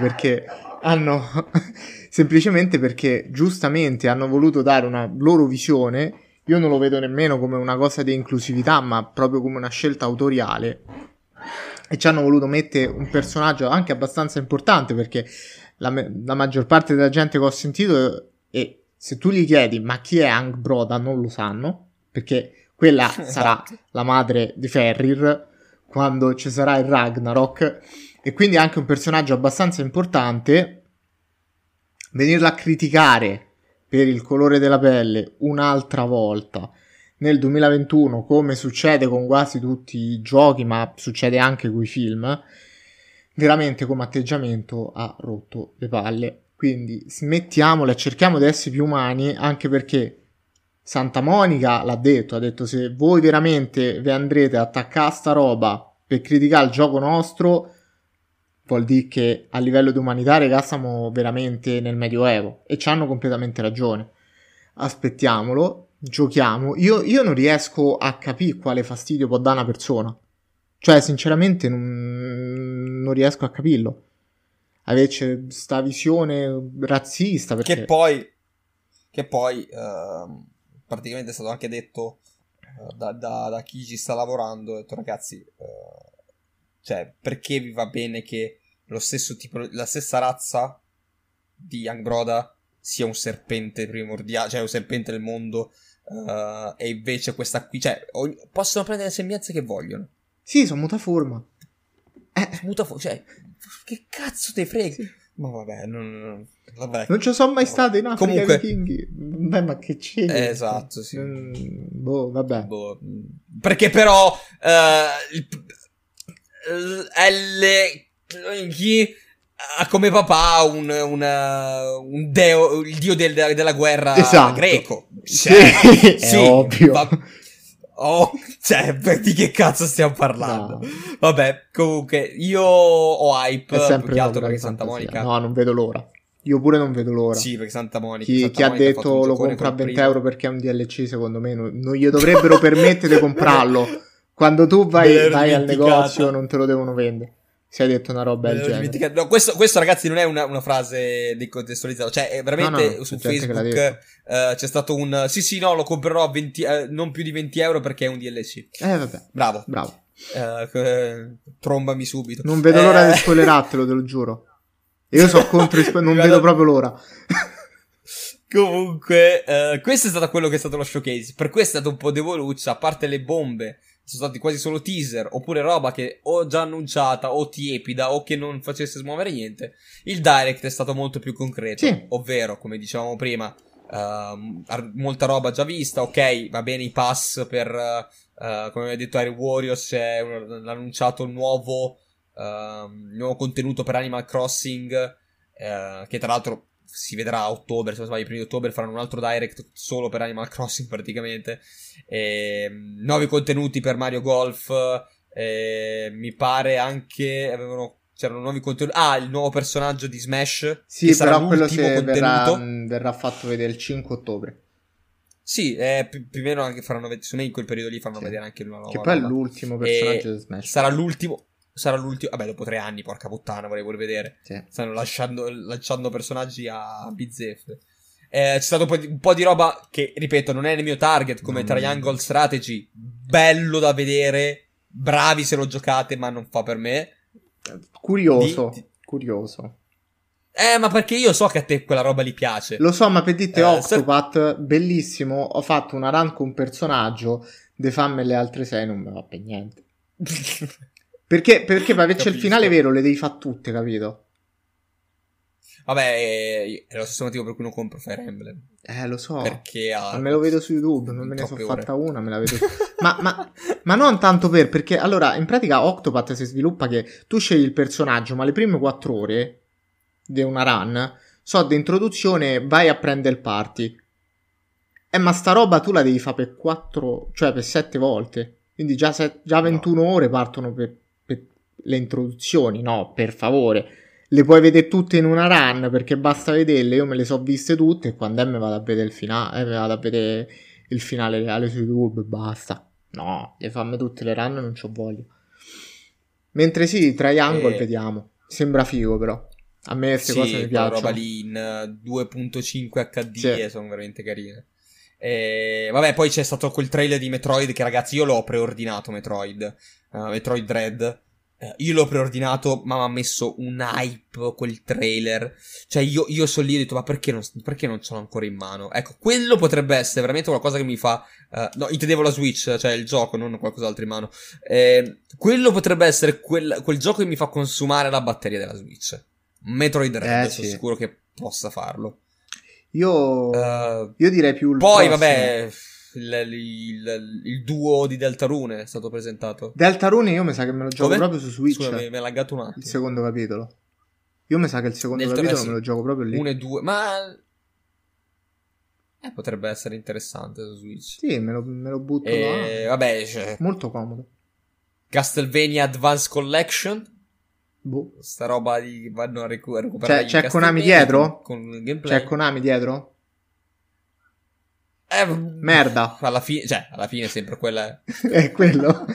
perché giustamente hanno voluto dare una loro visione. Io non lo vedo nemmeno come una cosa di inclusività, ma proprio come una scelta autoriale. E ci hanno voluto mettere un personaggio anche abbastanza importante, perché la maggior parte della gente che ho sentito, e se tu gli chiedi ma chi è Angbroda, non lo sanno, perché quella sarà la madre di Fenrir quando ci sarà il Ragnarok, e quindi anche un personaggio abbastanza importante. Venirla a criticare per il colore della pelle un'altra volta nel 2021, come succede con quasi tutti i giochi, ma succede anche con i film, veramente come atteggiamento ha rotto le palle. Quindi smettiamola e cerchiamo di essere più umani, anche perché Santa Monica l'ha detto, ha detto: se voi veramente vi andrete a attaccare sta roba per criticare il gioco nostro, vuol dire che a livello di umanità, raga, siamo veramente nel Medioevo, e c'hanno completamente ragione. Aspettiamolo, giochiamo. Io non riesco a capire quale fastidio può dare una persona. Cioè, sinceramente, non riesco a capirlo. Invece, sta visione razzista, perché... Che poi praticamente è stato anche detto da chi ci sta lavorando, ha detto: ragazzi, cioè, perché vi va bene che lo stesso tipo, la stessa razza di Angbroda sia un serpente primordiale, cioè un serpente del mondo, e invece questa qui, cioè, possono prendere le sembianze che vogliono. Sì, sono mutaforma. Cioè, che cazzo te frega? Sì. Ma vabbè, vabbè. Non ci sono mai stato in Africa. Comunque, i vichinghi. Beh, ma che c'è? Esatto, sì. Vabbè. Perché però chi ha come papà un deo, il dio della guerra, esatto, greco. Sì, sì, è ovvio. Cioè, di che cazzo stiamo parlando? No. Vabbè, comunque, io ho hype, è sempre più che altro opera perché di Santa fantasia. Monica... No, non vedo l'ora. Io pure non vedo l'ora. Sì, perché Santa Monica... Chi ha detto lo compra a 20 euro perché è un DLC, secondo me non gli dovrebbero permettere di comprarlo. Quando tu vai al negozio non te lo devono vendere. Si è detto una roba del genere. No, questo ragazzi non è una frase decontestualizzata. Cioè, è veramente no, su Facebook c'è stato un... Sì, no, lo comprerò a 20, non più di 20 euro perché è un DLC. Vabbè. Bravo. Bravo. Trombami subito. Non vedo l'ora di spoilerartelo, te lo giuro. Io sono contro, non vedo proprio l'ora. Comunque, questo è stato quello che è stato lo showcase. Per questo è stato un po' devoluccia, a parte le bombe, sono stati quasi solo teaser, oppure roba che o già annunciata, o tiepida, o che non facesse smuovere niente. Il direct è stato molto più concreto, sì. Ovvero, come dicevamo prima, molta roba già vista, ok, va bene i pass per, come aveva detto Air Warriors, l'ha annunciato il nuovo contenuto per Animal Crossing, che tra l'altro si vedrà a ottobre, se non sbaglio, i primi di ottobre faranno un altro direct solo per Animal Crossing praticamente, nuovi contenuti per Mario Golf, mi pare anche c'erano nuovi contenuti, il nuovo personaggio di Smash, sì, che però sarà quello l'ultimo verrà fatto vedere il 5 ottobre. Sì, più o meno anche faranno vedere, secondo me in quel periodo lì faranno vedere anche una nuova che poi roba. è l'ultimo personaggio di Smash. Sarà l'ultimo, vabbè, dopo 3 anni, porca puttana, vorrei vedere. Sì. Stanno lanciando personaggi a bizzeffe. C'è stato un po' di roba che, ripeto, non è nel mio target, come Triangle Strategy, bello da vedere, bravi se lo giocate, ma non fa per me. Curioso. Ma perché io so che a te quella roba li piace. Lo so, ma per dite Octopath, bellissimo, ho fatto una run con un personaggio, de famme le altre 6 non me va per niente. Perché per averci il finale vero le devi fare tutte, capito? Vabbè, è lo stesso motivo per cui non compro Fire Emblem. Lo so. Perché ma me lo vedo su YouTube, non me ne sono fatta una, me la vedo. ma non tanto perché allora, in pratica Octopath si sviluppa che tu scegli il personaggio, ma le prime 4 ore di una run di introduzione vai a prendere il party. Ma sta roba tu la devi fare per 4, cioè per 7 volte. Quindi già 21 ore partono per le introduzioni. No, per favore. Le puoi vedere tutte in una run perché basta vederle. Io me le so viste tutte e quando mi vado a vedere il finale, reale su YouTube, basta. No, devi farmi tutte le run, non c'ho voglia. Mentre sì, Triangle vediamo. Sembra figo però. A me queste cose mi piacciono. Roba lì in 2.5 HD sono veramente carine. Vabbè, poi c'è stato quel trailer di Metroid che, ragazzi, io l'ho preordinato Metroid Dread. Io l'ho preordinato, ma mi ha messo un hype quel trailer. Cioè io sono lì e ho detto, ma perché non ce l'ho ancora in mano? Ecco, quello potrebbe essere veramente qualcosa che mi fa no, intendevo la Switch, cioè il gioco, non qualcos'altro in mano. Quello potrebbe essere quel gioco che mi fa consumare la batteria della Switch. Metroid Dread, sono sicuro che possa farlo. Io direi più il poi prossimo. Vabbè, il duo di Deltarune è stato presentato. Deltarune io mi sa che me lo gioco proprio su Switch. Scusa, mi è laggato un attimo. Il secondo capitolo. Io mi sa che il secondo capitolo me lo gioco proprio lì. 1 e 2, ma potrebbe essere interessante su Switch. Sì, me lo butto là. Vabbè, cioè, molto comodo. Castlevania Advance Collection. Sta roba di vanno a recuperare. C'è Konami dietro? Con il gameplay. C'è Konami dietro? Merda. Alla fine sempre quella è quello.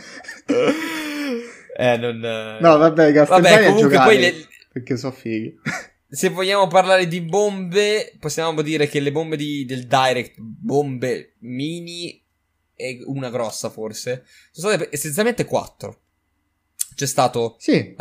No, vabbè, Castlevania comunque poi perché so fighi. Se vogliamo parlare di bombe, possiamo dire che le bombe del Direct, bombe mini e una grossa forse, sono state essenzialmente 4. C'è stato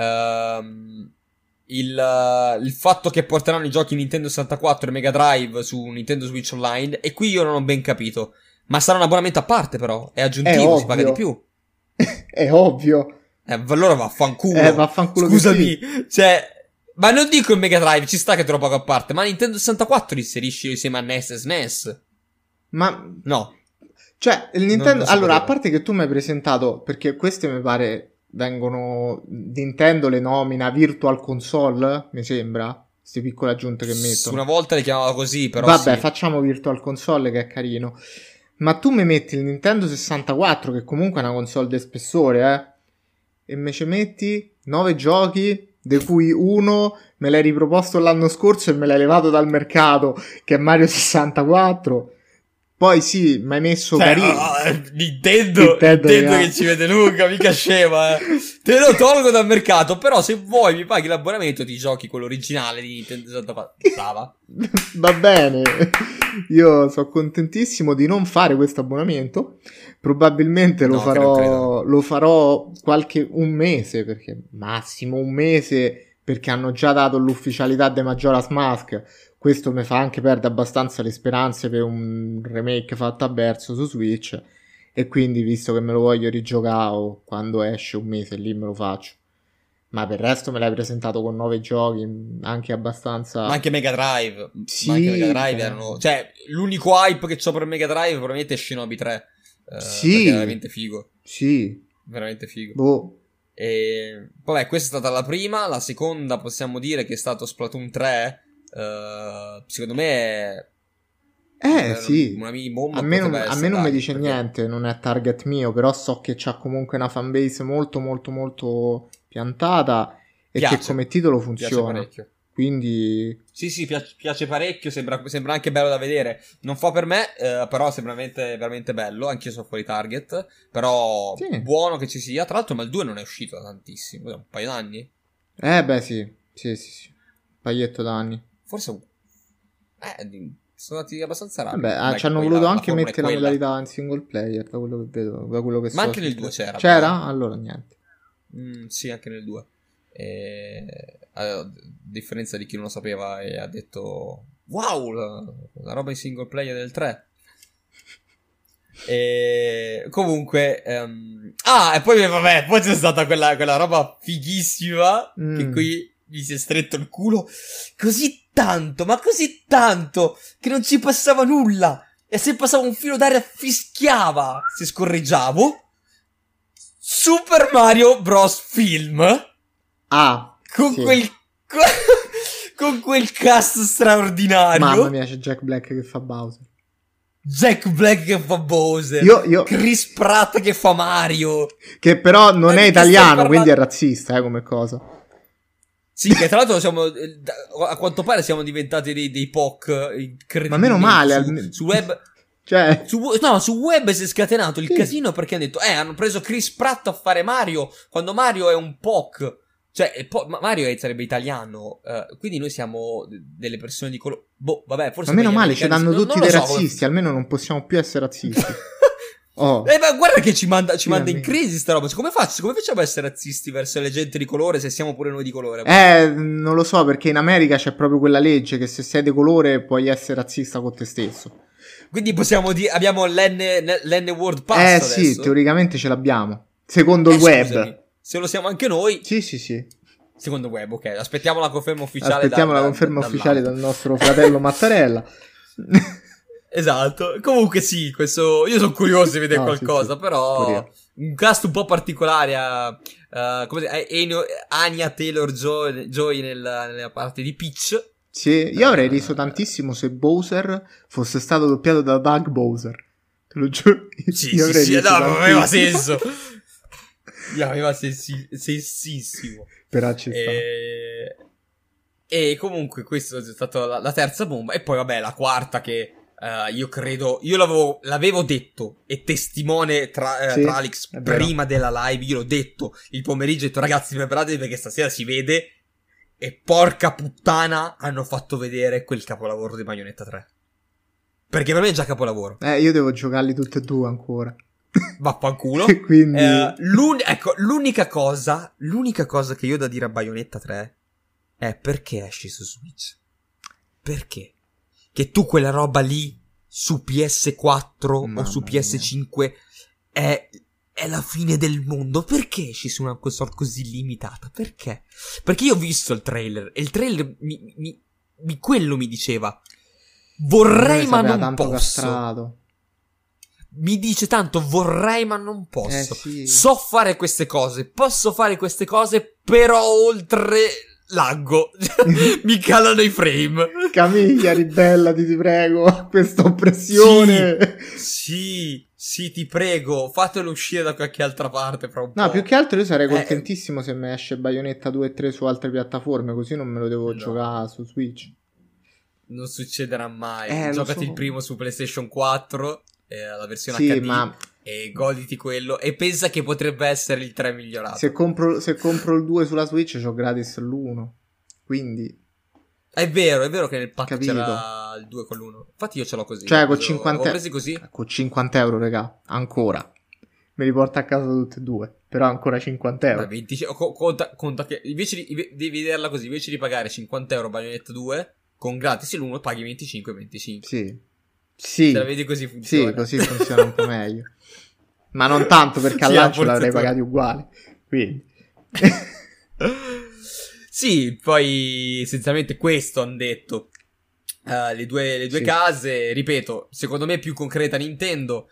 il fatto che porteranno i giochi Nintendo 64 e Mega Drive su Nintendo Switch Online, e qui io non ho ben capito, ma sarà un abbonamento a parte però, è aggiuntivo, si paga di più. È ovvio. Allora vaffanculo. Scusami, cioè, ma non dico il Mega Drive, ci sta che te lo pago a parte, ma Nintendo 64 li inserisci insieme a NES e SNES. Ma no. Cioè, il Nintendo allora, a parte che tu mi hai presentato, perché queste mi pare vengono Nintendo le nomina Virtual Console, mi sembra, queste piccole aggiunte che mettono. Una volta le chiamava così, però vabbè, facciamo Virtual Console che è carino. Ma tu mi metti il Nintendo 64, che comunque è una console di spessore, e me ci metti 9 giochi, di cui uno me l'hai riproposto l'anno scorso e me l'hai levato dal mercato, che è Mario 64. Poi sì, mi hai messo carino. Nintendo che ci vede lunga, mica scema, Te lo tolgo dal mercato, però se vuoi mi paghi l'abbonamento, ti giochi quello originale di Nintendo 64. Brava. Va bene. Io sono contentissimo di non fare questo abbonamento. Probabilmente lo farò un mese, perché massimo un mese perché hanno già dato l'ufficialità di Majora's Mask. Questo mi fa anche perdere abbastanza le speranze per un remake fatto a verso su Switch, e quindi, visto che me lo voglio rigiocare, o quando esce un mese lì me lo faccio. Ma per il resto me l'hai presentato con 9 giochi, anche abbastanza... Ma anche Mega Drive. Sì, ma anche Mega Drive erano... Cioè, l'unico hype che c'ho per Mega Drive probabilmente è Shinobi 3. Sì. È veramente figo. Sì. Veramente figo. Boh. E vabbè, questa è stata la prima. La seconda possiamo dire che è stato Splatoon 3. Secondo me è sì. una mini bomba. A me non mi dice niente, non è target mio, però so che c'ha comunque una fanbase molto molto molto piantata e che come titolo funziona. Piace parecchio. Quindi sì, piace parecchio, sembra anche bello da vedere. Non fa per me, però sembra veramente, veramente bello. Anch'io sono fuori target, però sì. Buono che ci sia. Tra l'altro, ma il 2 non è uscito da tantissimo, un paio d'anni. Beh, sì. Un paglietto d'anni. Forse sono andati abbastanza rari. Vabbè, ci hanno voluto anche mettere la modalità in single player, da quello che vedo, da quello che so. Ma anche nel 2 c'era. C'era? Allora niente. Sì, anche nel 2. A differenza di chi non lo sapeva e ha detto wow, la roba in single player del 3. E comunque e poi vabbè, poi c'è stata quella roba fighissima che qui mi si è stretto il culo così tanto, ma così tanto che non ci passava nulla, e se passava un filo d'aria fischiava se scorreggiavo. Super Mario Bros. Film. Con sì. con quel cast straordinario. Mamma mia, c'è Jack Black che fa Bowser. Chris Pratt che fa Mario. Che però non è italiano, quindi è razzista come cosa. Sì, che tra l'altro a quanto pare siamo diventati dei POC. Ma meno male. Su web... Cioè... Su web si è scatenato il casino perché hanno detto hanno preso Chris Pratt a fare Mario quando Mario è un POC. Cioè Mario sarebbe italiano, quindi noi siamo delle persone di colore. Boh, vabbè, forse. Ma meno male, ci danno tutti dei razzisti, almeno non possiamo più essere razzisti. Ma guarda che ci manda in crisi sta roba. Come facciamo a essere razzisti verso le gente di colore se siamo pure noi di colore? Non lo so, perché in America c'è proprio quella legge che se sei di colore puoi essere razzista con te stesso. Quindi possiamo dire, abbiamo l'N Word Pass adesso? Sì, teoricamente ce l'abbiamo. Secondo il web. Scusami, se lo siamo anche noi. Sì. Secondo il web, ok. Aspettiamo la conferma ufficiale. Aspettiamo la conferma ufficiale dal nostro fratello Mattarella. Esatto. Comunque sì, questo io sono curioso di vedere qualcosa, sì. Però un cast un po' particolare Anya Taylor-Joy nella parte di Peach. Sì, io avrei riso tantissimo se Bowser fosse stato doppiato da Doug Bowser. Te lo giuro. Sì, aveva senso. Aveva sensissimo. Però ci sta. E comunque questa è stata la terza bomba. E poi vabbè, la quarta che io credo... Io l'avevo detto, e testimone tra Alex prima della live. Io l'ho detto il pomeriggio, ho detto ragazzi preparatevi perché stasera si vede. E porca puttana, hanno fatto vedere quel capolavoro di Bayonetta 3. Perché per me è già capolavoro. Io devo giocarli tutti e due ancora. Vaffanculo. Quindi... l'unica cosa che io ho da dire a Bayonetta 3 è perché esci su Switch. Perché? Che tu quella roba lì su PS4 o su PS5 è la fine del mondo. Perché esci su una console così limitata? Perché? Perché io ho visto il trailer e il trailer quello mi diceva vorrei ma non posso. Castrato. Mi dice tanto vorrei ma non posso. Sì. So fare queste cose, posso fare queste cose, però oltre laggo. Mi calano i frame. Camiglia, ribellati, ti prego. Questa oppressione. Sì, ti prego, fatelo uscire da qualche altra parte fra un po'. No, più che altro io sarei contentissimo se mi esce Bayonetta 2 e 3 su altre piattaforme, così non me lo devo giocare su Switch. Non succederà mai. Giocati il primo su PlayStation 4, la versione HD, e goditi quello, e pensa che potrebbe essere il 3 migliorato. Se compro il 2 sulla Switch c'ho gratis l'1, quindi... È vero che nel pack c'era il 2 con l'1. Infatti io ce l'ho così. Cioè con 50 l'ho presi così. Con 50 euro, raga, ancora. Me li porto a casa tutti e due. però ancora 50 euro. 20, conta che devi vederla così, invece di pagare 50 euro Bayonetta 2 con gratis l'1 paghi 25. Sì. Se la vedi così funziona. Sì, così funziona un po' meglio. Ma non tanto, perché al lancio l'avrei pagati uguali. Quindi sì, poi essenzialmente questo hanno detto. Le due case, ripeto, secondo me più concreta Nintendo,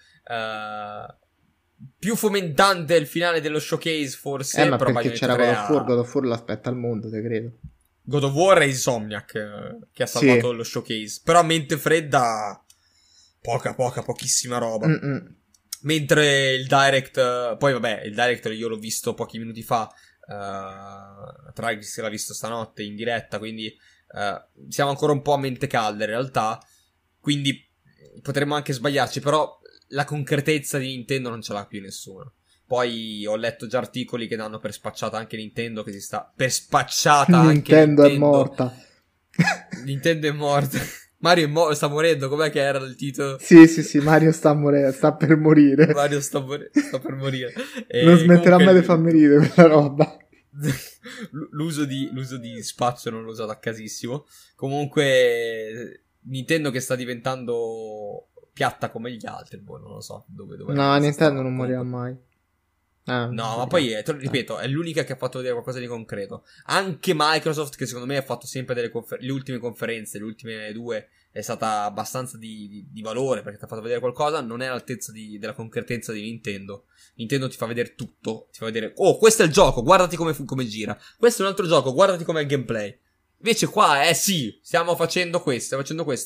più fomentante il finale dello showcase forse. Ma però perché c'era God of War l'aspetta al mondo, te credo. God of War e Insomniac che ha salvato lo showcase, però a mente fredda pochissima roba. Mentre il Direct, poi vabbè, il Direct io l'ho visto pochi minuti fa, Travis l'ha visto stanotte in diretta, quindi siamo ancora un po' a mente calda in realtà, quindi potremmo anche sbagliarci, però la concretezza di Nintendo non ce l'ha più nessuno. Poi ho letto già articoli che danno per spacciata anche Nintendo, che si sta per spacciata Nintendo anche è morta. Nintendo è morta. Mario sta morendo, com'è che era il titolo? Sì, Mario sta per morire. Mario sta per morire. Non smetterà mai di farmi ridere quella roba. L'uso di spazio non l'ho usato a casissimo. Comunque Nintendo che sta diventando piatta come gli altri, non lo so dove no, Nintendo non morirà mai. No, ma poi te lo ripeto, è l'unica che ha fatto vedere qualcosa di concreto. Anche Microsoft, che secondo me ha fatto sempre le ultime conferenze, le ultime 2 è stata abbastanza di valore, perché ti ha fatto vedere qualcosa, non è all'altezza della concretezza di Nintendo. Nintendo ti fa vedere tutto, ti fa vedere, oh, questo è il gioco, guardati come gira. Questo è un altro gioco, guardati com'è il gameplay. Invece qua, sì, stiamo facendo questo.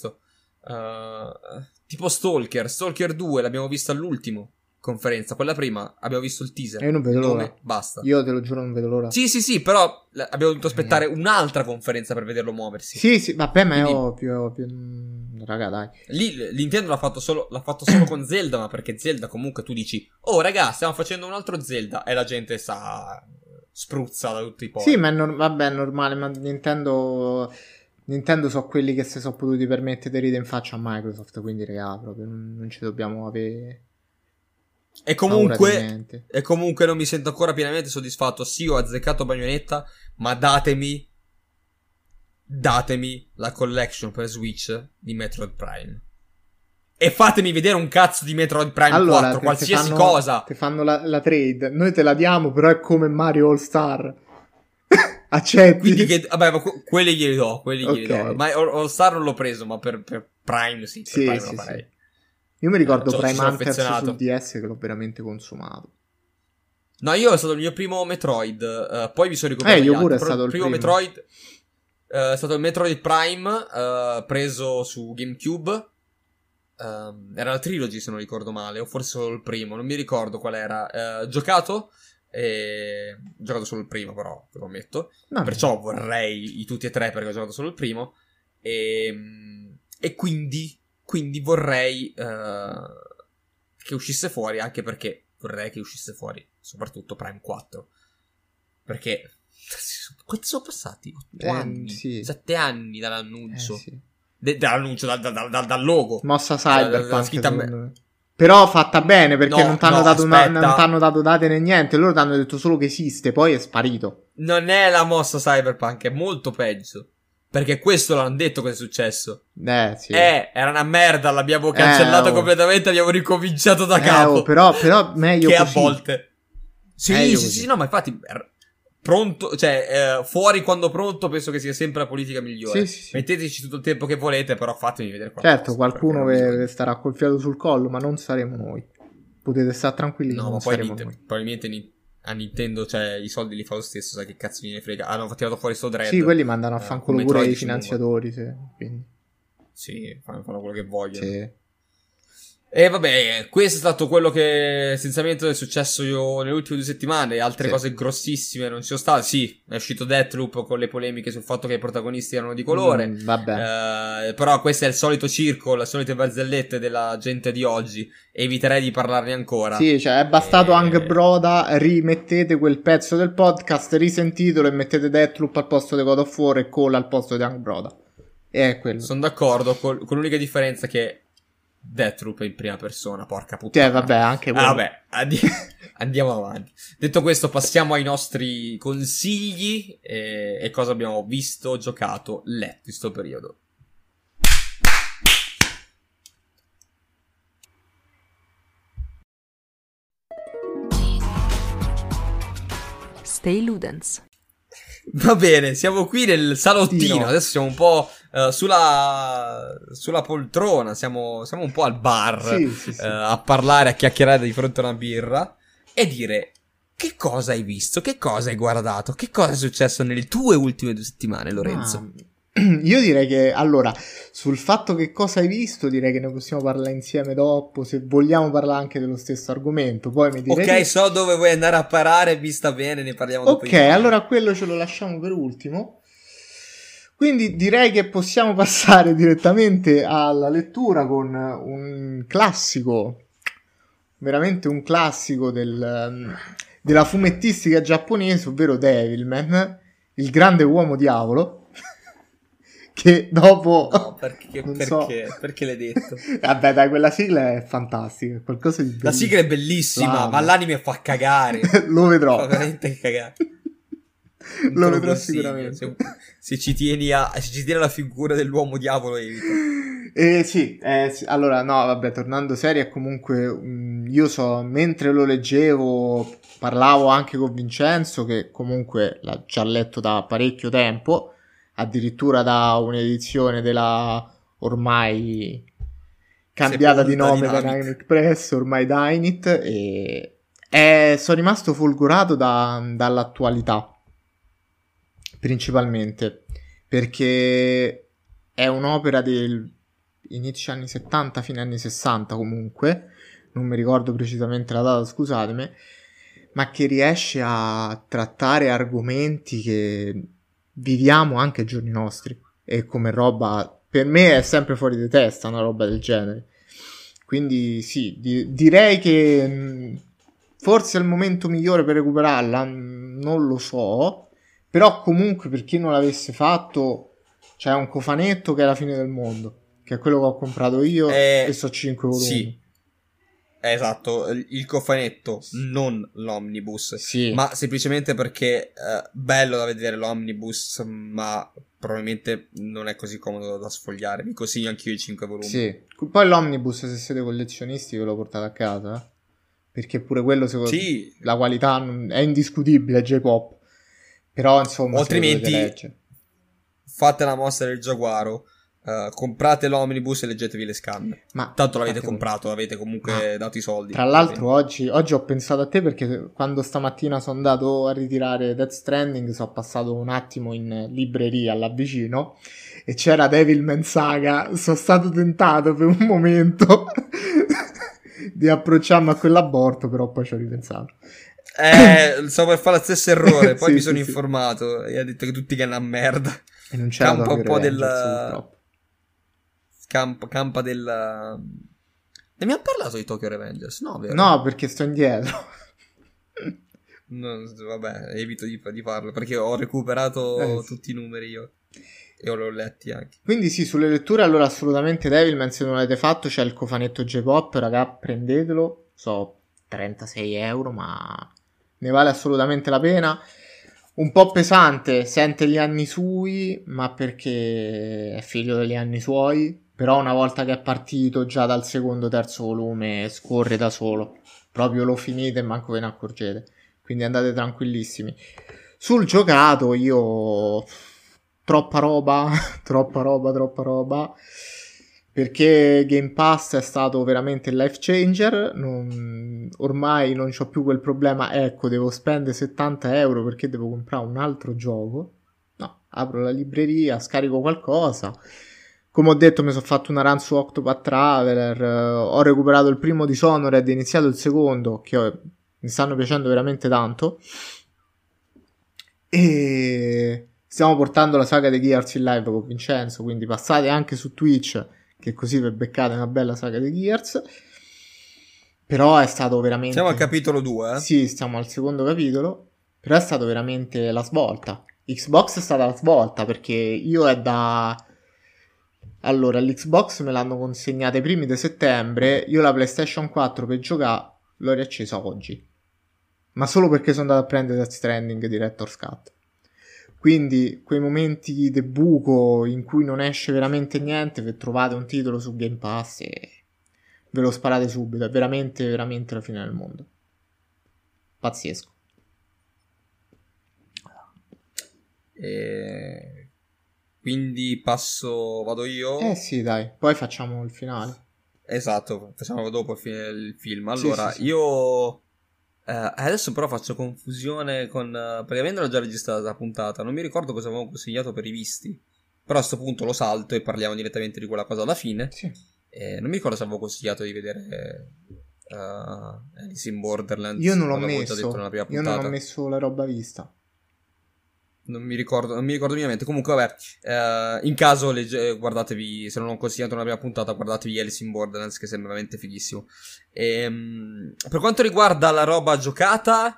Tipo Stalker 2 l'abbiamo visto all'ultimo conferenza, quella prima abbiamo visto il teaser. Io non vedo l'ora. Basta. Io te lo giuro, non vedo l'ora. Sì, però abbiamo dovuto aspettare un'altra conferenza per vederlo muoversi. Sì, vabbè, ma quindi, è ovvio. Raga, dai. Lì Nintendo l'ha fatto solo con Zelda, ma perché Zelda comunque tu dici, oh raga, stiamo facendo un altro Zelda, e la gente spruzza da tutti i pori. Sì, ma vabbè, è normale, ma Nintendo so quelli che si sono potuti permettere di ridere in faccia a Microsoft, quindi raga, proprio non ci dobbiamo avere. E comunque non mi sento ancora pienamente soddisfatto. Sì, ho azzeccato Bayonetta, ma datemi la collection per Switch di Metroid Prime. E fatemi vedere un cazzo di Metroid Prime 4, qualsiasi cosa. Ti fanno la trade, noi te la diamo, però è come Mario All Star. Accetti? Quindi vabbè, ma quelli glieli do. Ma All Star non l'ho preso, ma per Prime sì. Per Prime lo farei. Io mi ricordo Prime Hunters sul DS, che l'ho veramente consumato. No, io è stato il mio primo Metroid, poi mi sono ricordato io pure è stato il primo Metroid. È stato il Metroid Prime preso su GameCube. Era la Trilogy, se non ricordo male, o forse solo il primo, non mi ricordo qual era. Giocato solo il primo, però te lo ammetto. Perciò vorrei tutti e tre, perché ho giocato solo il primo. E quindi vorrei che uscisse fuori, anche perché vorrei che uscisse fuori soprattutto Prime 4, perché quanti sono passati? 8 anni? Sì. 7 anni dall'annuncio. Sì. Dall'annuncio, dal logo. Mossa Cyberpunk, però fatta bene, perché non ti hanno dato date né niente. Loro ti hanno detto solo che esiste, poi è sparito. Non è la mossa Cyberpunk, è molto peggio. Perché questo l'hanno detto cosa è successo. Sì. Era una merda, l'abbiamo cancellato completamente, abbiamo ricominciato da capo. Però meglio che così. A volte. Sì, no, ma infatti pronto, cioè fuori quando pronto, penso che sia sempre la politica migliore. Sì. Metteteci tutto il tempo che volete, però fatemi vedere qualcosa. Certo, qualcuno vi starà col fiato sul collo, ma non saremo noi. Potete stare tranquilli. No, ma poi probabilmente a Nintendo, cioè, i soldi li fa lo stesso, sai che cazzo gliene frega. Hanno tirato fuori sto Dread. Sì, quelli mandano a fanculo pure i finanziatori, quindi. Sì, fanno quello che vogliono. Sì. E vabbè, questo è stato quello che essenzialmente è successo nelle ultime 2 settimane. Altre cose grossissime non ci sono state. Sì, è uscito Deathloop con le polemiche sul fatto che i protagonisti erano di colore. Vabbè. Però questo è il solito circo, le solite barzellette della gente di oggi. Eviterei di parlarne ancora. Sì, cioè è bastato Hang Broda, rimettete quel pezzo del podcast, risentitelo e mettete Deathloop al posto di God of War e Cole al posto di Hang Broda. E è quello. Sono d'accordo, con l'unica differenza che Deathloop in prima persona, porca puttana. Vabbè, anche quello. Vabbè, andiamo avanti. Detto questo, passiamo ai nostri consigli e cosa abbiamo visto, giocato, letto in sto periodo. Stay Ludens. Va bene, siamo qui nel salottino, adesso siamo un po' sulla poltrona, siamo un po' al bar, sì. a parlare, a chiacchierare di fronte a una birra e dire che cosa hai visto, che cosa hai guardato, che cosa è successo nelle tue ultime 2 settimane, Lorenzo. Io direi che, allora, sul fatto che cosa hai visto, direi che ne possiamo parlare insieme dopo, se vogliamo parlare anche dello stesso argomento, poi mi direi... Ok, so dove vuoi andare a parare, mi sta bene, ne parliamo dopo. Ok, allora quello ce lo lasciamo per ultimo. Quindi direi che possiamo passare direttamente alla lettura con un classico, veramente un classico della fumettistica giapponese, ovvero Devilman, il grande uomo diavolo. Che dopo... No, perché l'hai detto? Vabbè, dai, quella sigla è fantastica, è qualcosa di bellissimo. La sigla è bellissima, ma l'anime fa cagare. Lo vedrò. Fa veramente cagare. Lo vedrò sicuramente. Se ci tieni alla figura dell'uomo diavolo, evita. Sì, allora, no, vabbè, tornando seria, comunque, io mentre lo leggevo, parlavo anche con Vincenzo, che comunque l'ha già letto da parecchio tempo, addirittura da un'edizione della ormai cambiata di nome da Dynamite Press, ormai Dynit, e sono rimasto folgorato dall'attualità, principalmente perché è un'opera del inizio anni 70, fine anni 60 comunque, non mi ricordo precisamente la data, scusatemi, ma che riesce a trattare argomenti che viviamo anche ai giorni nostri, e come roba per me è sempre fuori di testa una roba del genere. Quindi sì, direi che forse è il momento migliore per recuperarla, non lo so, però comunque per chi non l'avesse fatto c'è un cofanetto che è la fine del mondo, che è quello che ho comprato io, e so 5 volumi. Sì. Esatto, il cofanetto, non l'omnibus, sì. Ma semplicemente perché bello da vedere l'omnibus, ma probabilmente non è così comodo da sfogliare. Mi consiglio anch'io i 5 volumi. Sì, poi l'omnibus, se siete collezionisti, ve lo portate a casa, perché pure quello, secondo me, la qualità è indiscutibile, è J-pop, però insomma, altrimenti fate la mossa del Giaguaro. Comprate l'omnibus e leggetevi le scan. Ma tanto l'avete comprato, avete comunque dato i soldi. Tra l'altro oggi ho pensato a te, perché quando stamattina sono andato a ritirare Death Stranding sono passato un attimo in libreria là vicino e c'era Devilman Saga. Sono stato tentato per un momento di approcciarmi a quell'aborto, però poi ci ho ripensato. Stavo per fare lo stesso errore. Poi mi sono informato e ha detto che tutti che è una merda. E non c'era campa un po' del campa del... Ne mi ha parlato di Tokyo Revengers? No, vero? No, perché sto indietro. No, vabbè, evito di farlo, perché ho recuperato tutti i numeri io e l'ho letti anche. Quindi sì, sulle letture allora assolutamente Devilman, se non l'avete fatto c'è il cofanetto J-Pop, raga, prendetelo, so 36 euro, ma ne vale assolutamente la pena. Un po' pesante, sente gli anni sui, ma perché è figlio degli anni suoi. Però una volta che è partito, già dal secondo, terzo volume, scorre da solo. Proprio lo finite e manco ve ne accorgete. Quindi andate tranquillissimi. Sul giocato io... Troppa roba. Perché Game Pass è stato veramente il life changer. Ormai non c'ho più quel problema, ecco, devo spendere 70 euro perché devo comprare un altro gioco. No, apro la libreria, scarico qualcosa. Come ho detto, mi sono fatto una run su Octopath Traveler, ho recuperato il primo Dishonored e iniziato il secondo, che mi stanno piacendo veramente tanto. E stiamo portando la saga di Gears in live con Vincenzo, quindi passate anche su Twitch, che così vi beccate una bella saga di Gears. Però è stato veramente... Siamo al capitolo 2, Sì, stiamo al secondo capitolo. Però è stato veramente la svolta. Xbox è stata la svolta, perché io è da Allora, l'Xbox me l'hanno consegnata i primi di settembre. Io la PlayStation 4 per giocare l'ho riaccesa oggi. Ma solo perché sono andato a prendere Death Stranding Director's Cut. Quindi quei momenti di buco in cui non esce veramente niente, se trovate un titolo su Game Pass e ve lo sparate subito. È veramente, veramente la fine del mondo. Pazzesco. Quindi vado io? Eh sì, dai, poi facciamo il finale. Esatto, facciamo dopo il film. Allora, Sì. io adesso però faccio confusione con perché avendolo già registrata la puntata, non mi ricordo cosa avevamo consigliato per i visti. Però a sto punto lo salto e parliamo direttamente di quella cosa alla fine. Sì. Non mi ricordo se avevo consigliato di vedere Alice in Borderlands. Io non l'ho L'avevo già detto messo. nella prima Io puntata. non ho messo la roba vista. Non mi ricordo minimamente. Comunque, vabbè, in caso guardatevi, se non ho consigliato nella prima puntata, guardatevi Alice in Borderlands, che sembra veramente fighissimo. Per quanto riguarda la roba giocata,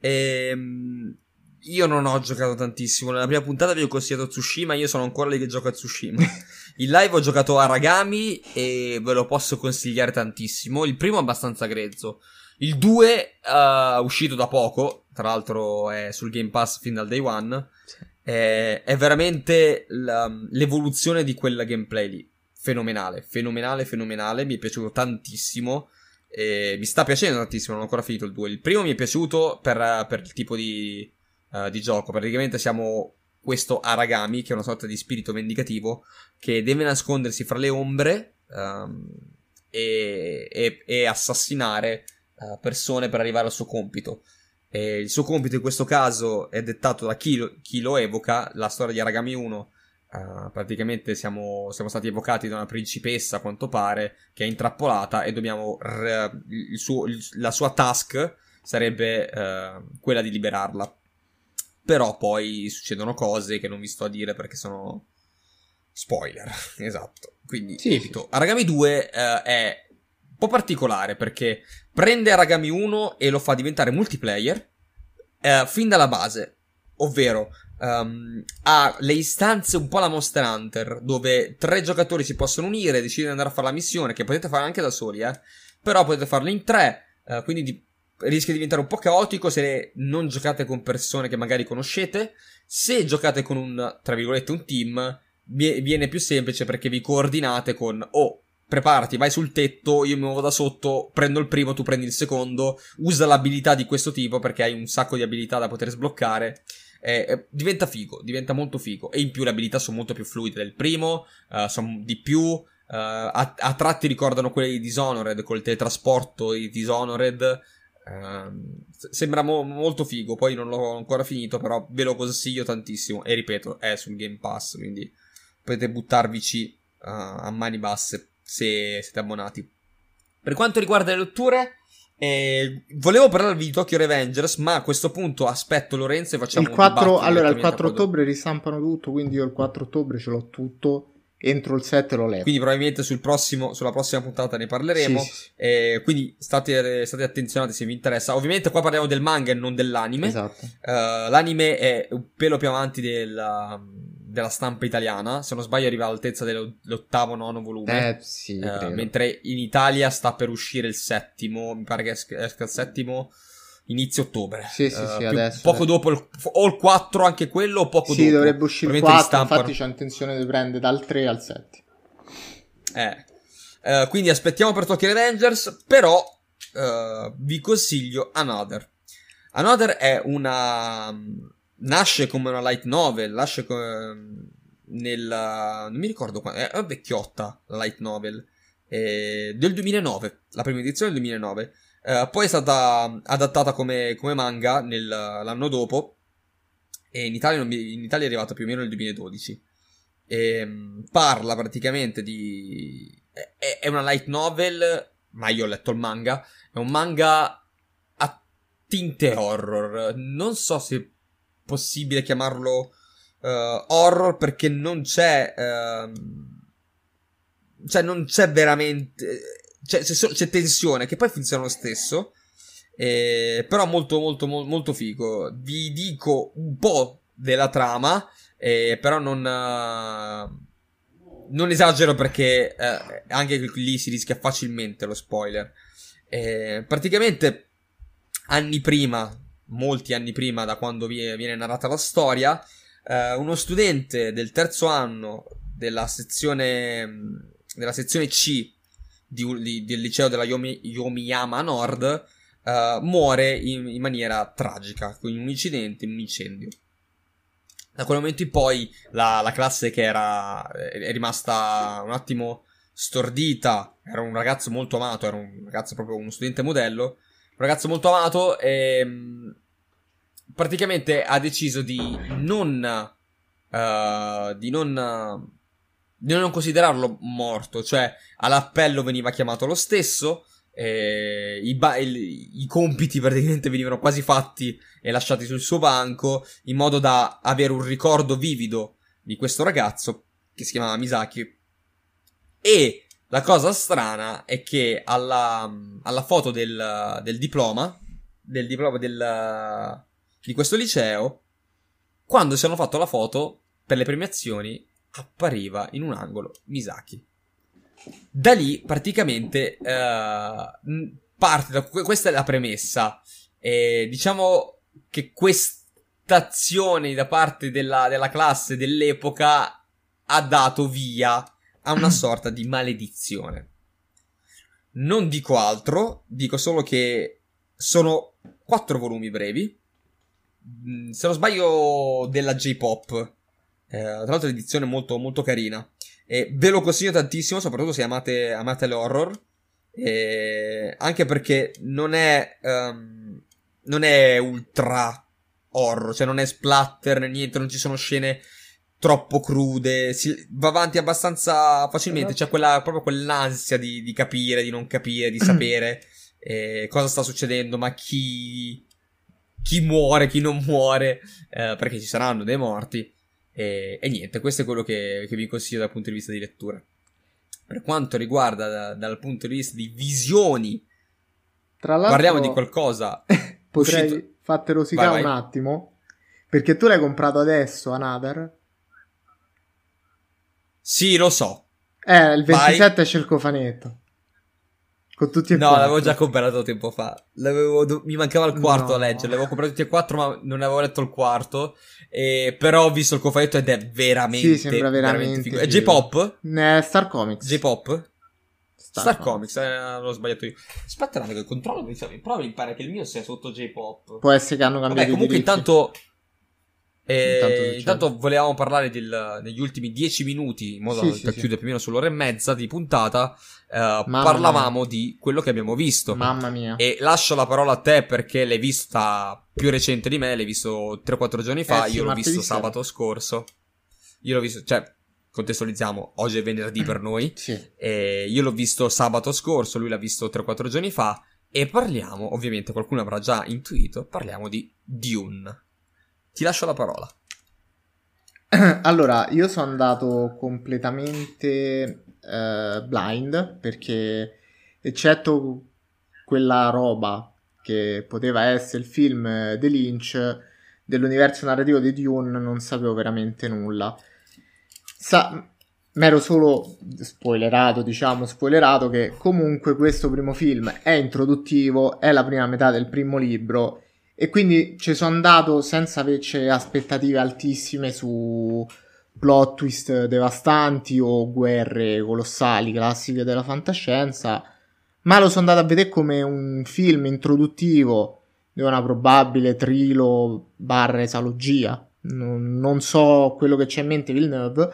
io non ho giocato tantissimo. Nella prima puntata vi ho consigliato Tsushima, io sono ancora lì che gioco a Tsushima. In live ho giocato Aragami e ve lo posso consigliare tantissimo. Il primo è abbastanza grezzo. Il 2 uscito da poco, tra l'altro è sul Game Pass fin dal day one, è veramente l'evoluzione di quel gameplay lì. Fenomenale, mi è piaciuto tantissimo. Mi sta piacendo tantissimo, non ho ancora finito il 2. Il primo mi è piaciuto per il tipo di gioco. Praticamente siamo questo Aragami, che è una sorta di spirito vendicativo, che deve nascondersi fra le ombre e assassinare persone per arrivare al suo compito. Il suo compito in questo caso è dettato da chi lo evoca. La storia di Aragami 1, praticamente siamo stati evocati da una principessa, a quanto pare, che è intrappolata e dobbiamo la sua task sarebbe quella di liberarla. Però poi succedono cose che non vi sto a dire perché sono spoiler. Esatto, quindi evito. Aragami 2 è un po' particolare perché prende Aragami 1 e lo fa diventare multiplayer fin dalla base, ovvero ha le istanze un po' alla Monster Hunter, dove 3 giocatori si possono unire e decidere di andare a fare la missione, che potete fare anche da soli, però potete farlo in 3, quindi rischia di diventare un po' caotico se non giocate con persone che magari conoscete. Se giocate con un, tra virgolette, un team, viene più semplice perché vi coordinate con preparati, vai sul tetto, io mi muovo da sotto, prendo il primo, tu prendi il secondo, usa l'abilità di questo tipo perché hai un sacco di abilità da poter sbloccare. Diventa figo, diventa molto figo. E in più le abilità sono molto più fluide del primo, sono di più, a tratti ricordano quelle di Dishonored, col teletrasporto di Dishonored. Sembra molto figo. Poi non l'ho ancora finito, però ve lo consiglio tantissimo. E ripeto, è sul Game Pass, quindi potete buttarvici a mani basse se siete abbonati. Per quanto riguarda le letture, volevo parlarvi di Tokyo Revengers, ma a questo punto aspetto Lorenzo e facciamo il 4, un allora il 4 ottobre ristampano tutto, quindi io il 4 ottobre ce l'ho tutto, entro il 7 l'ho letto. Quindi probabilmente sulla prossima puntata ne parleremo. Sì. Quindi state attenzionati se vi interessa. Ovviamente qua parliamo del manga e non dell'anime. Esatto. L'anime è un pelo più avanti della stampa italiana. Se non sbaglio arriva all'altezza dell'8º-9º volume. Sì, mentre in Italia sta per uscire il 7º. Mi pare che esca il 7º inizio ottobre. Sì, adesso. Poco dopo o il 4 anche quello o poco dopo. Sì, dovrebbe uscire il 4, infatti c'ho intenzione di prendere dal 3 al 7. Quindi aspettiamo per Tokyo Revengers, però vi consiglio Another. Another è nasce come una light novel, non mi ricordo quando, è vecchiotta la light novel, del 2009, la prima edizione del 2009. Poi è stata adattata come manga l'anno dopo e in Italia è arrivata più o meno nel 2012. Parla praticamente è una light novel, ma io ho letto il manga. È un manga a tinte horror. Non so se è possibile chiamarlo horror perché non c'è non c'è veramente, c'è tensione che poi funziona lo stesso, però molto figo. Vi dico un po' della trama, però non non esagero perché anche lì si rischia facilmente lo spoiler. Praticamente anni prima, molti anni prima da quando viene narrata la storia, uno studente del terzo anno della sezione C del liceo della Yomiyama Nord muore in maniera tragica, in un incidente, in un incendio. Da quel momento in poi la classe che è rimasta un attimo stordita, era un ragazzo molto amato, era un ragazzo proprio uno studente modello, un ragazzo molto amato, e praticamente ha deciso di non considerarlo morto, cioè all'appello veniva chiamato lo stesso, i compiti praticamente venivano quasi fatti e lasciati sul suo banco, in modo da avere un ricordo vivido di questo ragazzo che si chiamava Misaki. E la cosa strana è che alla foto del diploma di questo liceo, quando si hanno fatto la foto per le premiazioni, appariva in un angolo Misaki. Da lì praticamente parte questa è la premessa, diciamo che questa azione da parte della classe dell'epoca ha dato via a una sorta di maledizione. Non dico altro, dico solo che sono 4 volumi brevi, se non sbaglio della J-Pop, tra l'altro l'edizione molto molto carina. Ve lo consiglio tantissimo, soprattutto se amate l'horror, anche perché non è ultra horror, cioè non è splatter né niente, non ci sono scene troppo crude, si va avanti abbastanza facilmente, c'è proprio quell'ansia di capire, di non capire, di sapere cosa sta succedendo, ma chi muore, chi non muore, perché ci saranno dei morti. E niente, questo è quello che vi consiglio dal punto di vista di lettura. Per quanto riguarda dal punto di vista di visioni, tra l'altro, parliamo di qualcosa potrei farti rosicare un attimo, perché tu l'hai comprato adesso Another. Sì, lo so. Il 27 c'è il cofanetto con tutti e no, 4. l'avevo già comprato tempo fa. Mi mancava il quarto da leggere. L'avevo comprato tutti e 4, ma non avevo letto il quarto. Però ho visto il cofanetto ed è veramente. Sì, sembra veramente figo. È J-Pop? Star Comics. J-Pop? Star Comics, l'ho sbagliato io. Aspetta, che controllo. Però mi pare che il mio sia sotto J-Pop. Può essere che hanno cambiato. Comunque intanto intanto volevamo parlare degli ultimi 10 minuti, in modo da chiudere più o meno sull'ora e mezza di puntata. Parlavamo di quello che abbiamo visto. Mamma mia. E lascio la parola a te perché l'hai vista più recente di me, l'hai visto 3-4 giorni fa, io l'ho visto sabato scorso. Io l'ho visto, cioè, contestualizziamo, oggi è venerdì per noi. Sì. Io l'ho visto sabato scorso, lui l'ha visto 3-4 giorni fa. E parliamo, ovviamente qualcuno avrà già intuito, parliamo di Dune. Ti lascio la parola. Allora, io sono andato completamente blind, perché eccetto quella roba che poteva essere il film di Lynch, dell'universo narrativo di Dune non sapevo veramente nulla. M'ero solo spoilerato che comunque questo primo film è introduttivo, è la prima metà del primo libro, e quindi ci sono andato senza averci aspettative altissime su plot twist devastanti o guerre colossali classiche della fantascienza, ma lo sono andato a vedere come un film introduttivo di una probabile trilo / esalogia. Non so quello che c'è in mente Villeneuve,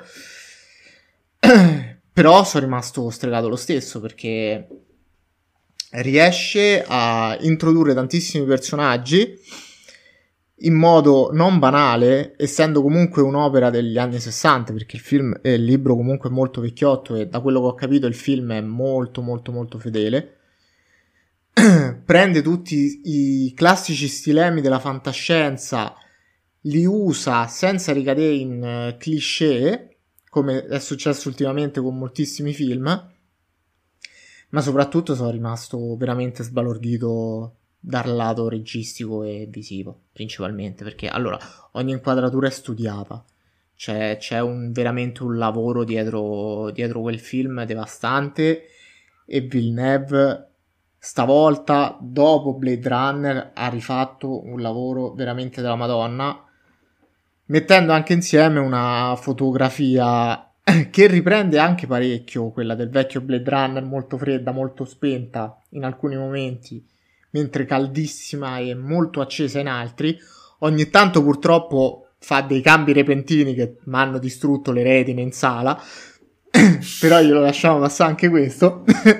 però sono rimasto stregato lo stesso, perché riesce a introdurre tantissimi personaggi in modo non banale, essendo comunque un'opera degli anni 60, perché il libro comunque è molto vecchiotto, e da quello che ho capito il film è molto molto molto fedele. Prende tutti i classici stilemi della fantascienza, li usa senza ricadere in cliché, come è successo ultimamente con moltissimi film, ma soprattutto sono rimasto veramente sbalordito dal lato registico e visivo, principalmente, perché allora ogni inquadratura è studiata, c'è veramente un lavoro dietro quel film devastante, e Villeneuve stavolta, dopo Blade Runner, ha rifatto un lavoro veramente della Madonna, mettendo anche insieme una fotografia che riprende anche parecchio quella del vecchio Blade Runner, molto fredda, molto spenta in alcuni momenti, mentre caldissima e molto accesa in altri. Ogni tanto purtroppo fa dei cambi repentini che mi hanno distrutto le retine in sala, però glielo lasciamo passare anche questo.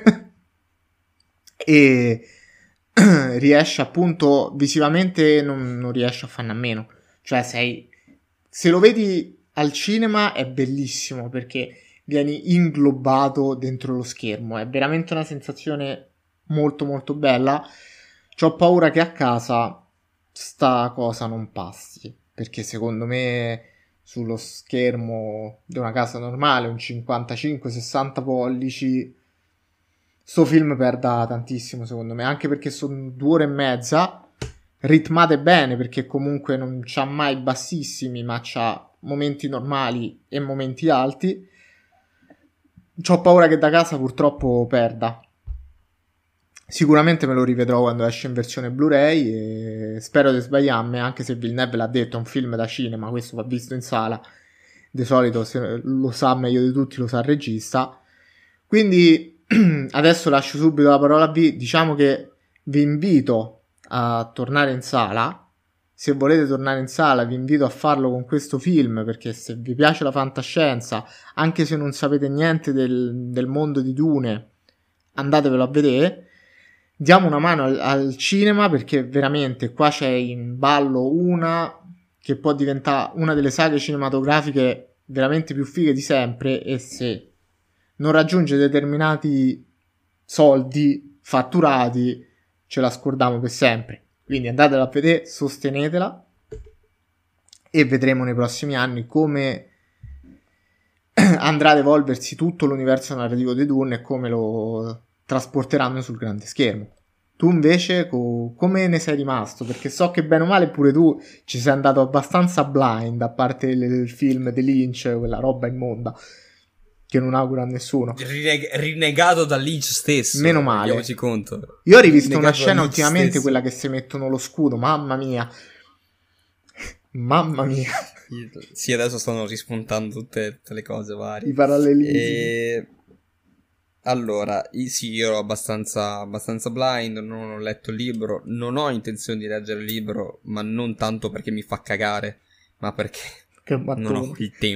E riesce appunto visivamente, non riesce a farne a meno. Cioè se lo vedi al cinema è bellissimo perché vieni inglobato dentro lo schermo, è veramente una sensazione molto molto bella. C'ho paura che a casa sta cosa non passi, perché secondo me sullo schermo di una casa normale, un 55-60 pollici, sto film perda tantissimo secondo me, anche perché sono 2 ore e mezza ritmate bene, perché comunque non c'ha mai bassissimi, ma c'ha momenti normali e momenti alti. C'ho paura che da casa purtroppo perda. Sicuramente me lo rivedrò quando esce in versione Blu-ray e spero di sbagliarmi, anche se Villeneuve l'ha detto, è un film da cinema, questo va visto in sala. Di solito se lo sa meglio di tutti, lo sa il regista. Quindi adesso lascio subito la parola a V. Diciamo che vi invito a tornare in sala. Se volete tornare in sala vi invito a farlo con questo film, perché se vi piace la fantascienza, anche se non sapete niente del mondo di Dune, andatevelo a vedere. Diamo una mano al cinema, perché veramente qua c'è in ballo una che può diventare una delle saghe cinematografiche veramente più fighe di sempre, e se non raggiunge determinati soldi fatturati ce la scordiamo per sempre. Quindi andatela a vedere, sostenetela, e vedremo nei prossimi anni come andrà ad evolversi tutto l'universo narrativo di Dune e come lo trasporteranno sul grande schermo. Tu invece come ne sei rimasto? Perché so che bene o male pure tu ci sei andato abbastanza blind, a parte il film di Lynch, quella roba immonda che non auguro a nessuno. Rinegato da Lynch stesso. Meno male. Rendiamoci conto. Io ho rivisto una scena ultimamente stesso. Quella che si mettono lo scudo, mamma mia. Mamma mia. Sì, adesso stanno rispuntando tutte le cose varie. I parallelismi. Allora, sì, io ero abbastanza blind, non ho letto il libro, non ho intenzione di leggere il libro, ma non tanto perché mi fa cagare, ma perché non ho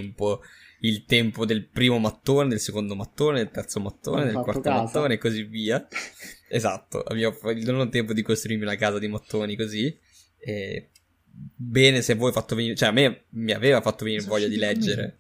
il tempo del primo mattone, del secondo mattone, del terzo mattone, del quarto mattone e così via. Esatto, non ho tempo di costruirmi una casa di mattoni così. Bene se voi fatto venire, cioè a me mi aveva fatto venire voglia di leggere,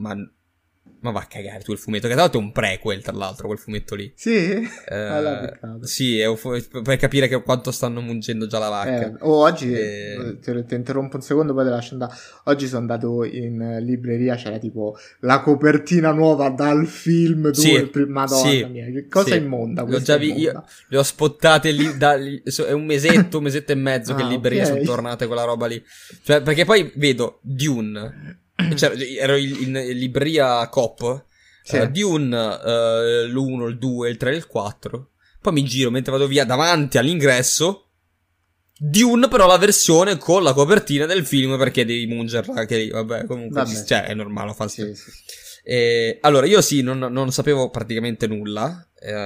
ma va a cagare tu il fumetto, che tra l'altro è un prequel, tra l'altro, quel fumetto lì. Sì? Sì, per capire quanto stanno mungendo già la vacca. Oggi, ti interrompo un secondo, poi te lascio andare. Oggi sono andato in libreria, c'era tipo la copertina nuova dal film. Sì, Madonna mia, che cosa immonda questa. Io le ho spottate lì, è un mesetto e mezzo che in libreria sono tornate quella roba lì. Cioè, perché poi vedo Dune... Cioè, ero in libreria Coop, sì. Dune, l'1, il 2, il 3 e il 4. Poi mi giro mentre vado via davanti all'ingresso. Dune, però la versione con la copertina del film, perché devi mungerla. Che vabbè, comunque, cioè, è normale, lo fa sì. Allora, io sì, non sapevo praticamente nulla.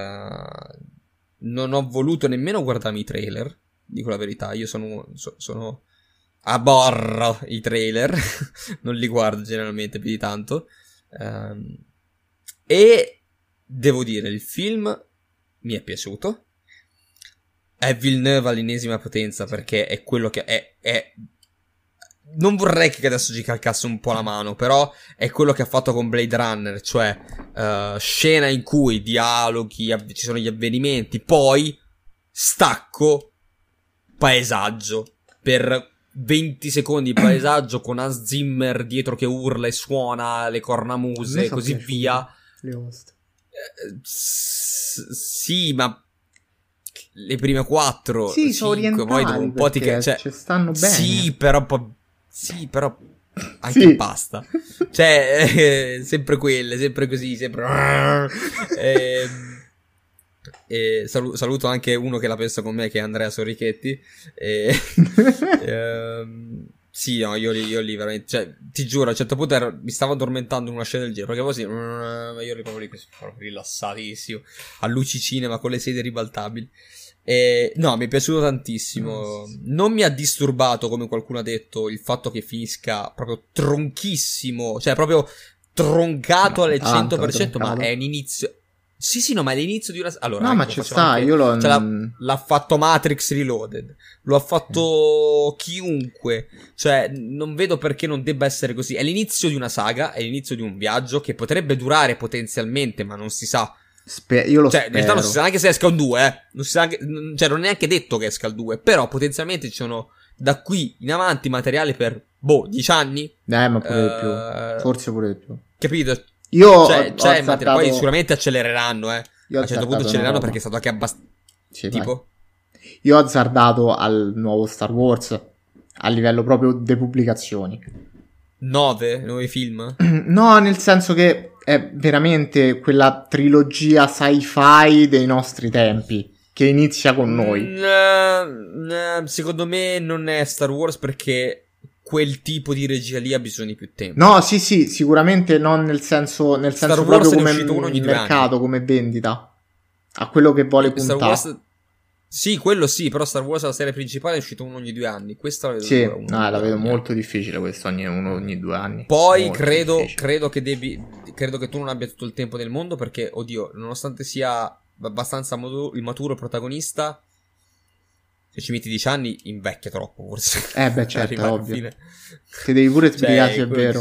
Non ho voluto nemmeno guardarmi i trailer. Dico la verità, io sono aborro i trailer, non li guardo generalmente più di tanto, e devo dire, il film mi è piaciuto, è Villeneuve all'ennesima potenza, perché è quello che è non vorrei che adesso ci calcasse un po' la mano, però è quello che ha fatto con Blade Runner, cioè scena in cui dialoghi, ci sono gli avvenimenti, poi stacco, paesaggio, per 20 secondi di paesaggio con Hans Zimmer dietro che urla e suona le cornamuse e così via. Sì, ma le prime 4 sì, 5 poi dopo un po' cioè, stanno bene. Sì, però anche in pasta. Cioè, sempre quelle, sempre così, sempre... saluto anche uno che la pensa con me, che è Andrea Sorrichetti. Sì, no, io lì veramente, cioè, ti giuro, a un certo punto mi stavo addormentando in una scena del genere, perché così, io ero proprio rilassatissimo, a luci cinema con le sedie ribaltabili. No, mi è piaciuto tantissimo. Non mi ha disturbato, come qualcuno ha detto, il fatto che finisca proprio tronchissimo, cioè proprio troncato alle 100%, ma è un inizio... Sì, no, ma è l'inizio di una... Allora, no, ma ci sta, anche... io l'ho... Cioè, l'ha fatto Matrix Reloaded, lo ha fatto chiunque, cioè non vedo perché non debba essere così. È l'inizio di una saga, è l'inizio di un viaggio che potrebbe durare potenzialmente, ma non si sa. Io lo cioè, spero. In realtà non si sa neanche se esca un 2, non si sa anche... Cioè, non è neanche detto che esca il 2, però potenzialmente ci sono da qui in avanti materiali per, 10 anni? Ma pure di più, forse pure di più. Capito? Io cioè poi sicuramente accelereranno, a un certo punto accelereranno perché è stato anche abbastanza... Sì, tipo? Io ho azzardato al nuovo Star Wars a livello proprio di pubblicazioni. 9 nuovi film? No, nel senso che è veramente quella trilogia sci-fi dei nostri tempi che inizia con noi. Secondo me non è Star Wars perché quel tipo di regia lì ha bisogno di più tempo. No, sì, sicuramente non nel senso Star proprio Wars come è uscito uno ogni 2 mercato, anni. Come vendita. A quello che vuole puntare. Star Wars... Sì, quello sì, però Star Wars, la serie principale, è uscito uno ogni 2 anni. Questa la vedo sì, la vedo molto difficile questo, uno ogni 2 anni. Poi credo che tu non abbia tutto il tempo del mondo perché, oddio, nonostante sia abbastanza immaturo il protagonista, se ci metti 10 anni invecchia troppo, forse. Certo, è ovvio. Ti devi pure spiegare se è vero.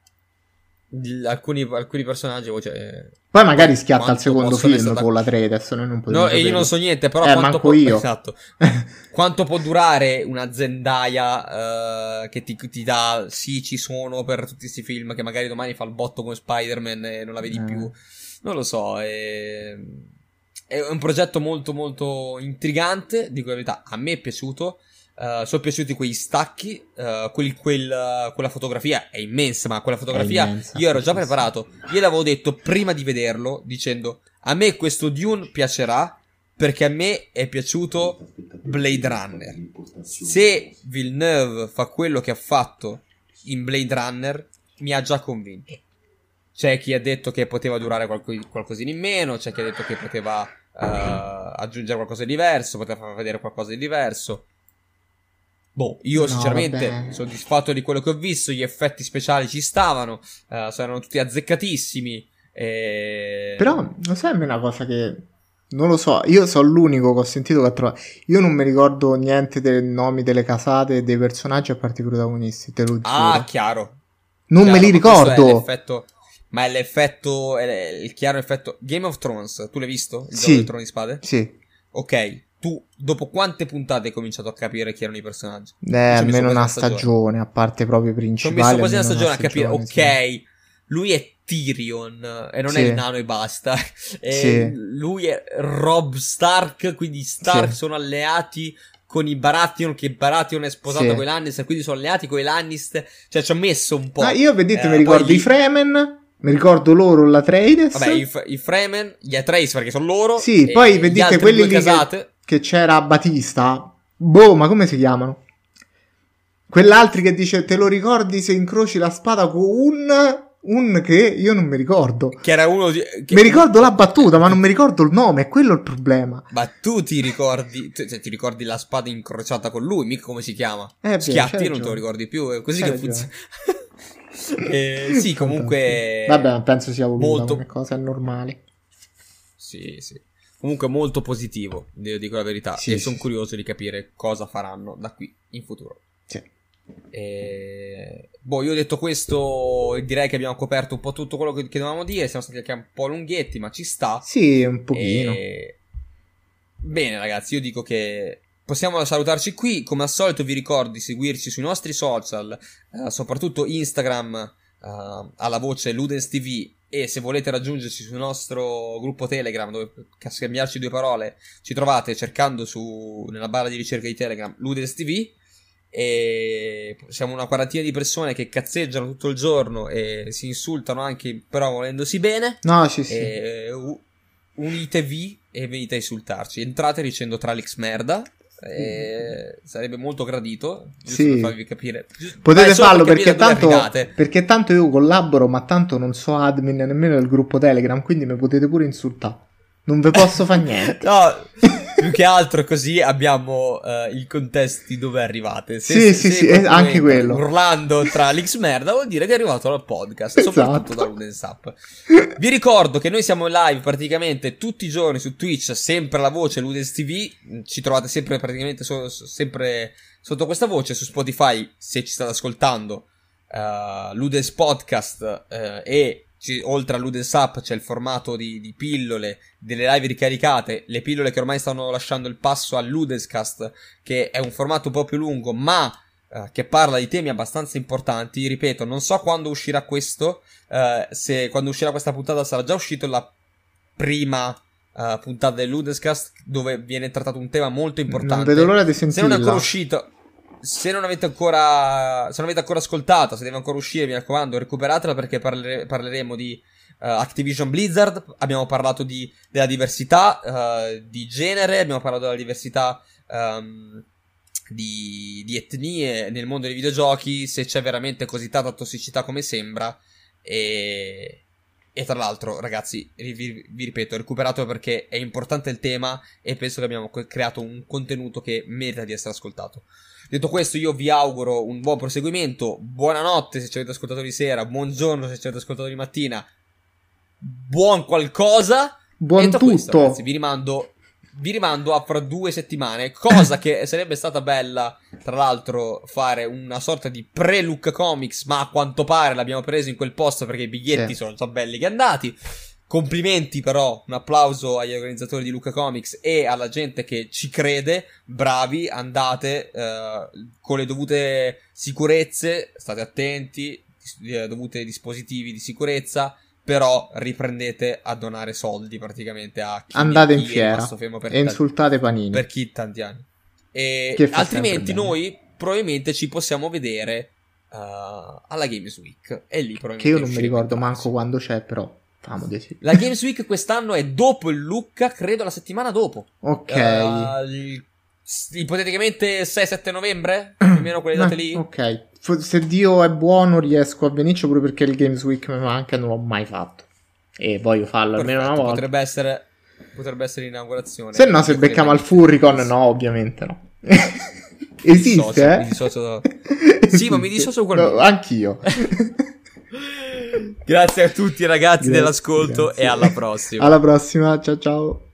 Alcuni personaggi, poi magari schiatta il secondo film con la 3, adesso noi non possiamo e io non so niente, però quanto manco io. Esatto. Quanto può durare una Zendaya che ti dà, sì, ci sono per tutti questi film, che magari domani fa il botto con Spider-Man e non la vedi più. Non lo so, è un progetto molto molto intrigante, dico la verità, a me è piaciuto. Sono piaciuti quegli stacchi, quella fotografia è immensa, ma quella fotografia io ero già preparato, io l'avevo detto prima di vederlo, dicendo a me questo Dune piacerà perché a me è piaciuto Blade Runner. Se Villeneuve fa quello che ha fatto in Blade Runner, mi ha già convinto. C'è chi ha detto che poteva durare qualcosina in meno, c'è chi ha detto che poteva aggiungere qualcosa di diverso, poteva far vedere qualcosa di diverso. Io sinceramente soddisfatto di quello che ho visto, gli effetti speciali ci stavano, erano tutti azzeccatissimi. Però, lo sai, a me una cosa che... Non lo so, io sono l'unico che ho sentito che ha trovato... Io non mi ricordo niente dei nomi delle casate e dei personaggi a parte i protagonisti, te lo giuro. Chiaro. Non me li ricordo. Ma è l'effetto, è il chiaro effetto... Game of Thrones, tu l'hai visto? Il sì. Gioco del Trono di Spade? Sì. Ok. Tu, dopo quante puntate hai cominciato a capire chi erano i personaggi? Almeno una stagione, a parte proprio principali. Ci ho messo quasi una stagione a capire, ok, sì. Lui è Tyrion, e non è il nano e basta. Lui è Robb Stark, quindi Stark sono alleati con i Baratheon, che Baratheon è sposato con i Lannister, quindi sono alleati con i Lannister. Cioè, ci ho messo un po'. Io, vedete, mi ricordo i Fremen, mi ricordo loro, l'Atreides. Vabbè, i Fremen, gli Atreides perché sono loro. Sì, poi vedete quelli lì che c'era Batista. Ma come si chiamano? Quell'altri che dice, te lo ricordi se incroci la spada con un che io non mi ricordo. Che era uno mi ricordo la battuta, ma non mi ricordo il nome, è quello il problema. Ma tu ti ricordi, ti ricordi la spada incrociata con lui, mica come si chiama? Schiatti, non te lo ricordi più, è così che funziona. Sì, comunque... Vabbè, penso sia voluta molto... come cosa, è normale. Sì. Comunque molto positivo, dico la verità. E sono curioso di capire cosa faranno da qui in futuro. Sì. Io ho detto questo, direi che abbiamo coperto un po' tutto quello che dovevamo dire. Siamo stati anche un po' lunghetti, ma ci sta. Sì, un pochino. Bene, ragazzi, io dico che possiamo salutarci qui. Come al solito vi ricordo di seguirci sui nostri social, soprattutto Instagram, alla voce Ludens TV, e se volete raggiungerci sul nostro gruppo Telegram, dove scambiarci 2 parole, ci trovate cercando nella barra di ricerca di Telegram Ludens TV. e siamo una quarantina di persone che cazzeggiano tutto il giorno e si insultano anche, però volendosi bene. No, sì. Unitevi e venite a insultarci. Entrate dicendo Tralix merda. Sarebbe molto gradito, giusto per farvi capire. Potete farlo perché tanto io collaboro, ma tanto non so admin nemmeno del gruppo Telegram, quindi mi potete pure insultare. Non ve posso fare niente. No, più che altro così abbiamo il contesto di dove arrivate. Se anche quello. Urlando tra l'X merda vuol dire che è arrivato dal podcast, soprattutto da Ludens Up. Vi ricordo che noi siamo live praticamente tutti i giorni su Twitch, sempre la voce Ludens TV. Ci trovate sempre praticamente sempre sotto questa voce. Su Spotify, se ci state ascoltando, Ludens Podcast e oltre a Ludens Up c'è il formato di pillole, delle live ricaricate, le pillole che ormai stanno lasciando il passo al Ludenscast, che è un formato un po' più lungo ma che parla di temi abbastanza importanti. Ripeto, non so quando uscirà questo, se quando uscirà questa puntata sarà già uscito la prima puntata del Ludenscast, dove viene trattato un tema molto importante. Non vedo l'ora di sentirla. Se non è ancora uscito, se non avete ancora ascoltato, se deve ancora uscire, mi raccomando, recuperatela, perché parleremo di Activision Blizzard. Abbiamo parlato della diversità di genere, abbiamo parlato della diversità di etnie nel mondo dei videogiochi, se c'è veramente così tanta tossicità come sembra. E tra l'altro, ragazzi, vi ripeto, recuperatelo perché è importante il tema e penso che abbiamo creato un contenuto che merita di essere ascoltato. Detto questo, io vi auguro un buon proseguimento, buonanotte se ci avete ascoltato di sera, buongiorno se ci avete ascoltato di mattina, buon qualcosa, buon tutto. Questo, ragazzi, vi rimando a fra 2 settimane, cosa che sarebbe stata bella, tra l'altro, fare una sorta di pre-Luca Comics, ma a quanto pare l'abbiamo preso in quel posto perché i biglietti sono già belli che andati. Complimenti però, un applauso agli organizzatori di Luca Comics e alla gente che ci crede, bravi, andate con le dovute sicurezze, state attenti, dovute dispositivi di sicurezza, però riprendete a donare soldi praticamente a chi andate in fiera e insultate Panini per chi tanti anni, e altrimenti noi probabilmente ci possiamo vedere alla Games Week, e lì probabilmente che io non mi ricordo manco quando c'è, però la Games Week quest'anno è dopo il Lucca, credo la settimana dopo. Ok. Ipoteticamente 6-7 novembre, più o meno quelle date lì. Ok. Se Dio è buono riesco a venirci, pure perché il Games Week mi manca e non l'ho mai fatto. E voglio farlo almeno una volta. Potrebbe essere l'inaugurazione. Se no, se becchiamo al Furricon, no, ovviamente no. Esiste, mi dissocio. Sì, ma mi dissocio quello. No, anch'io. Grazie a tutti ragazzi dell'ascolto, e alla prossima. Alla prossima, ciao ciao.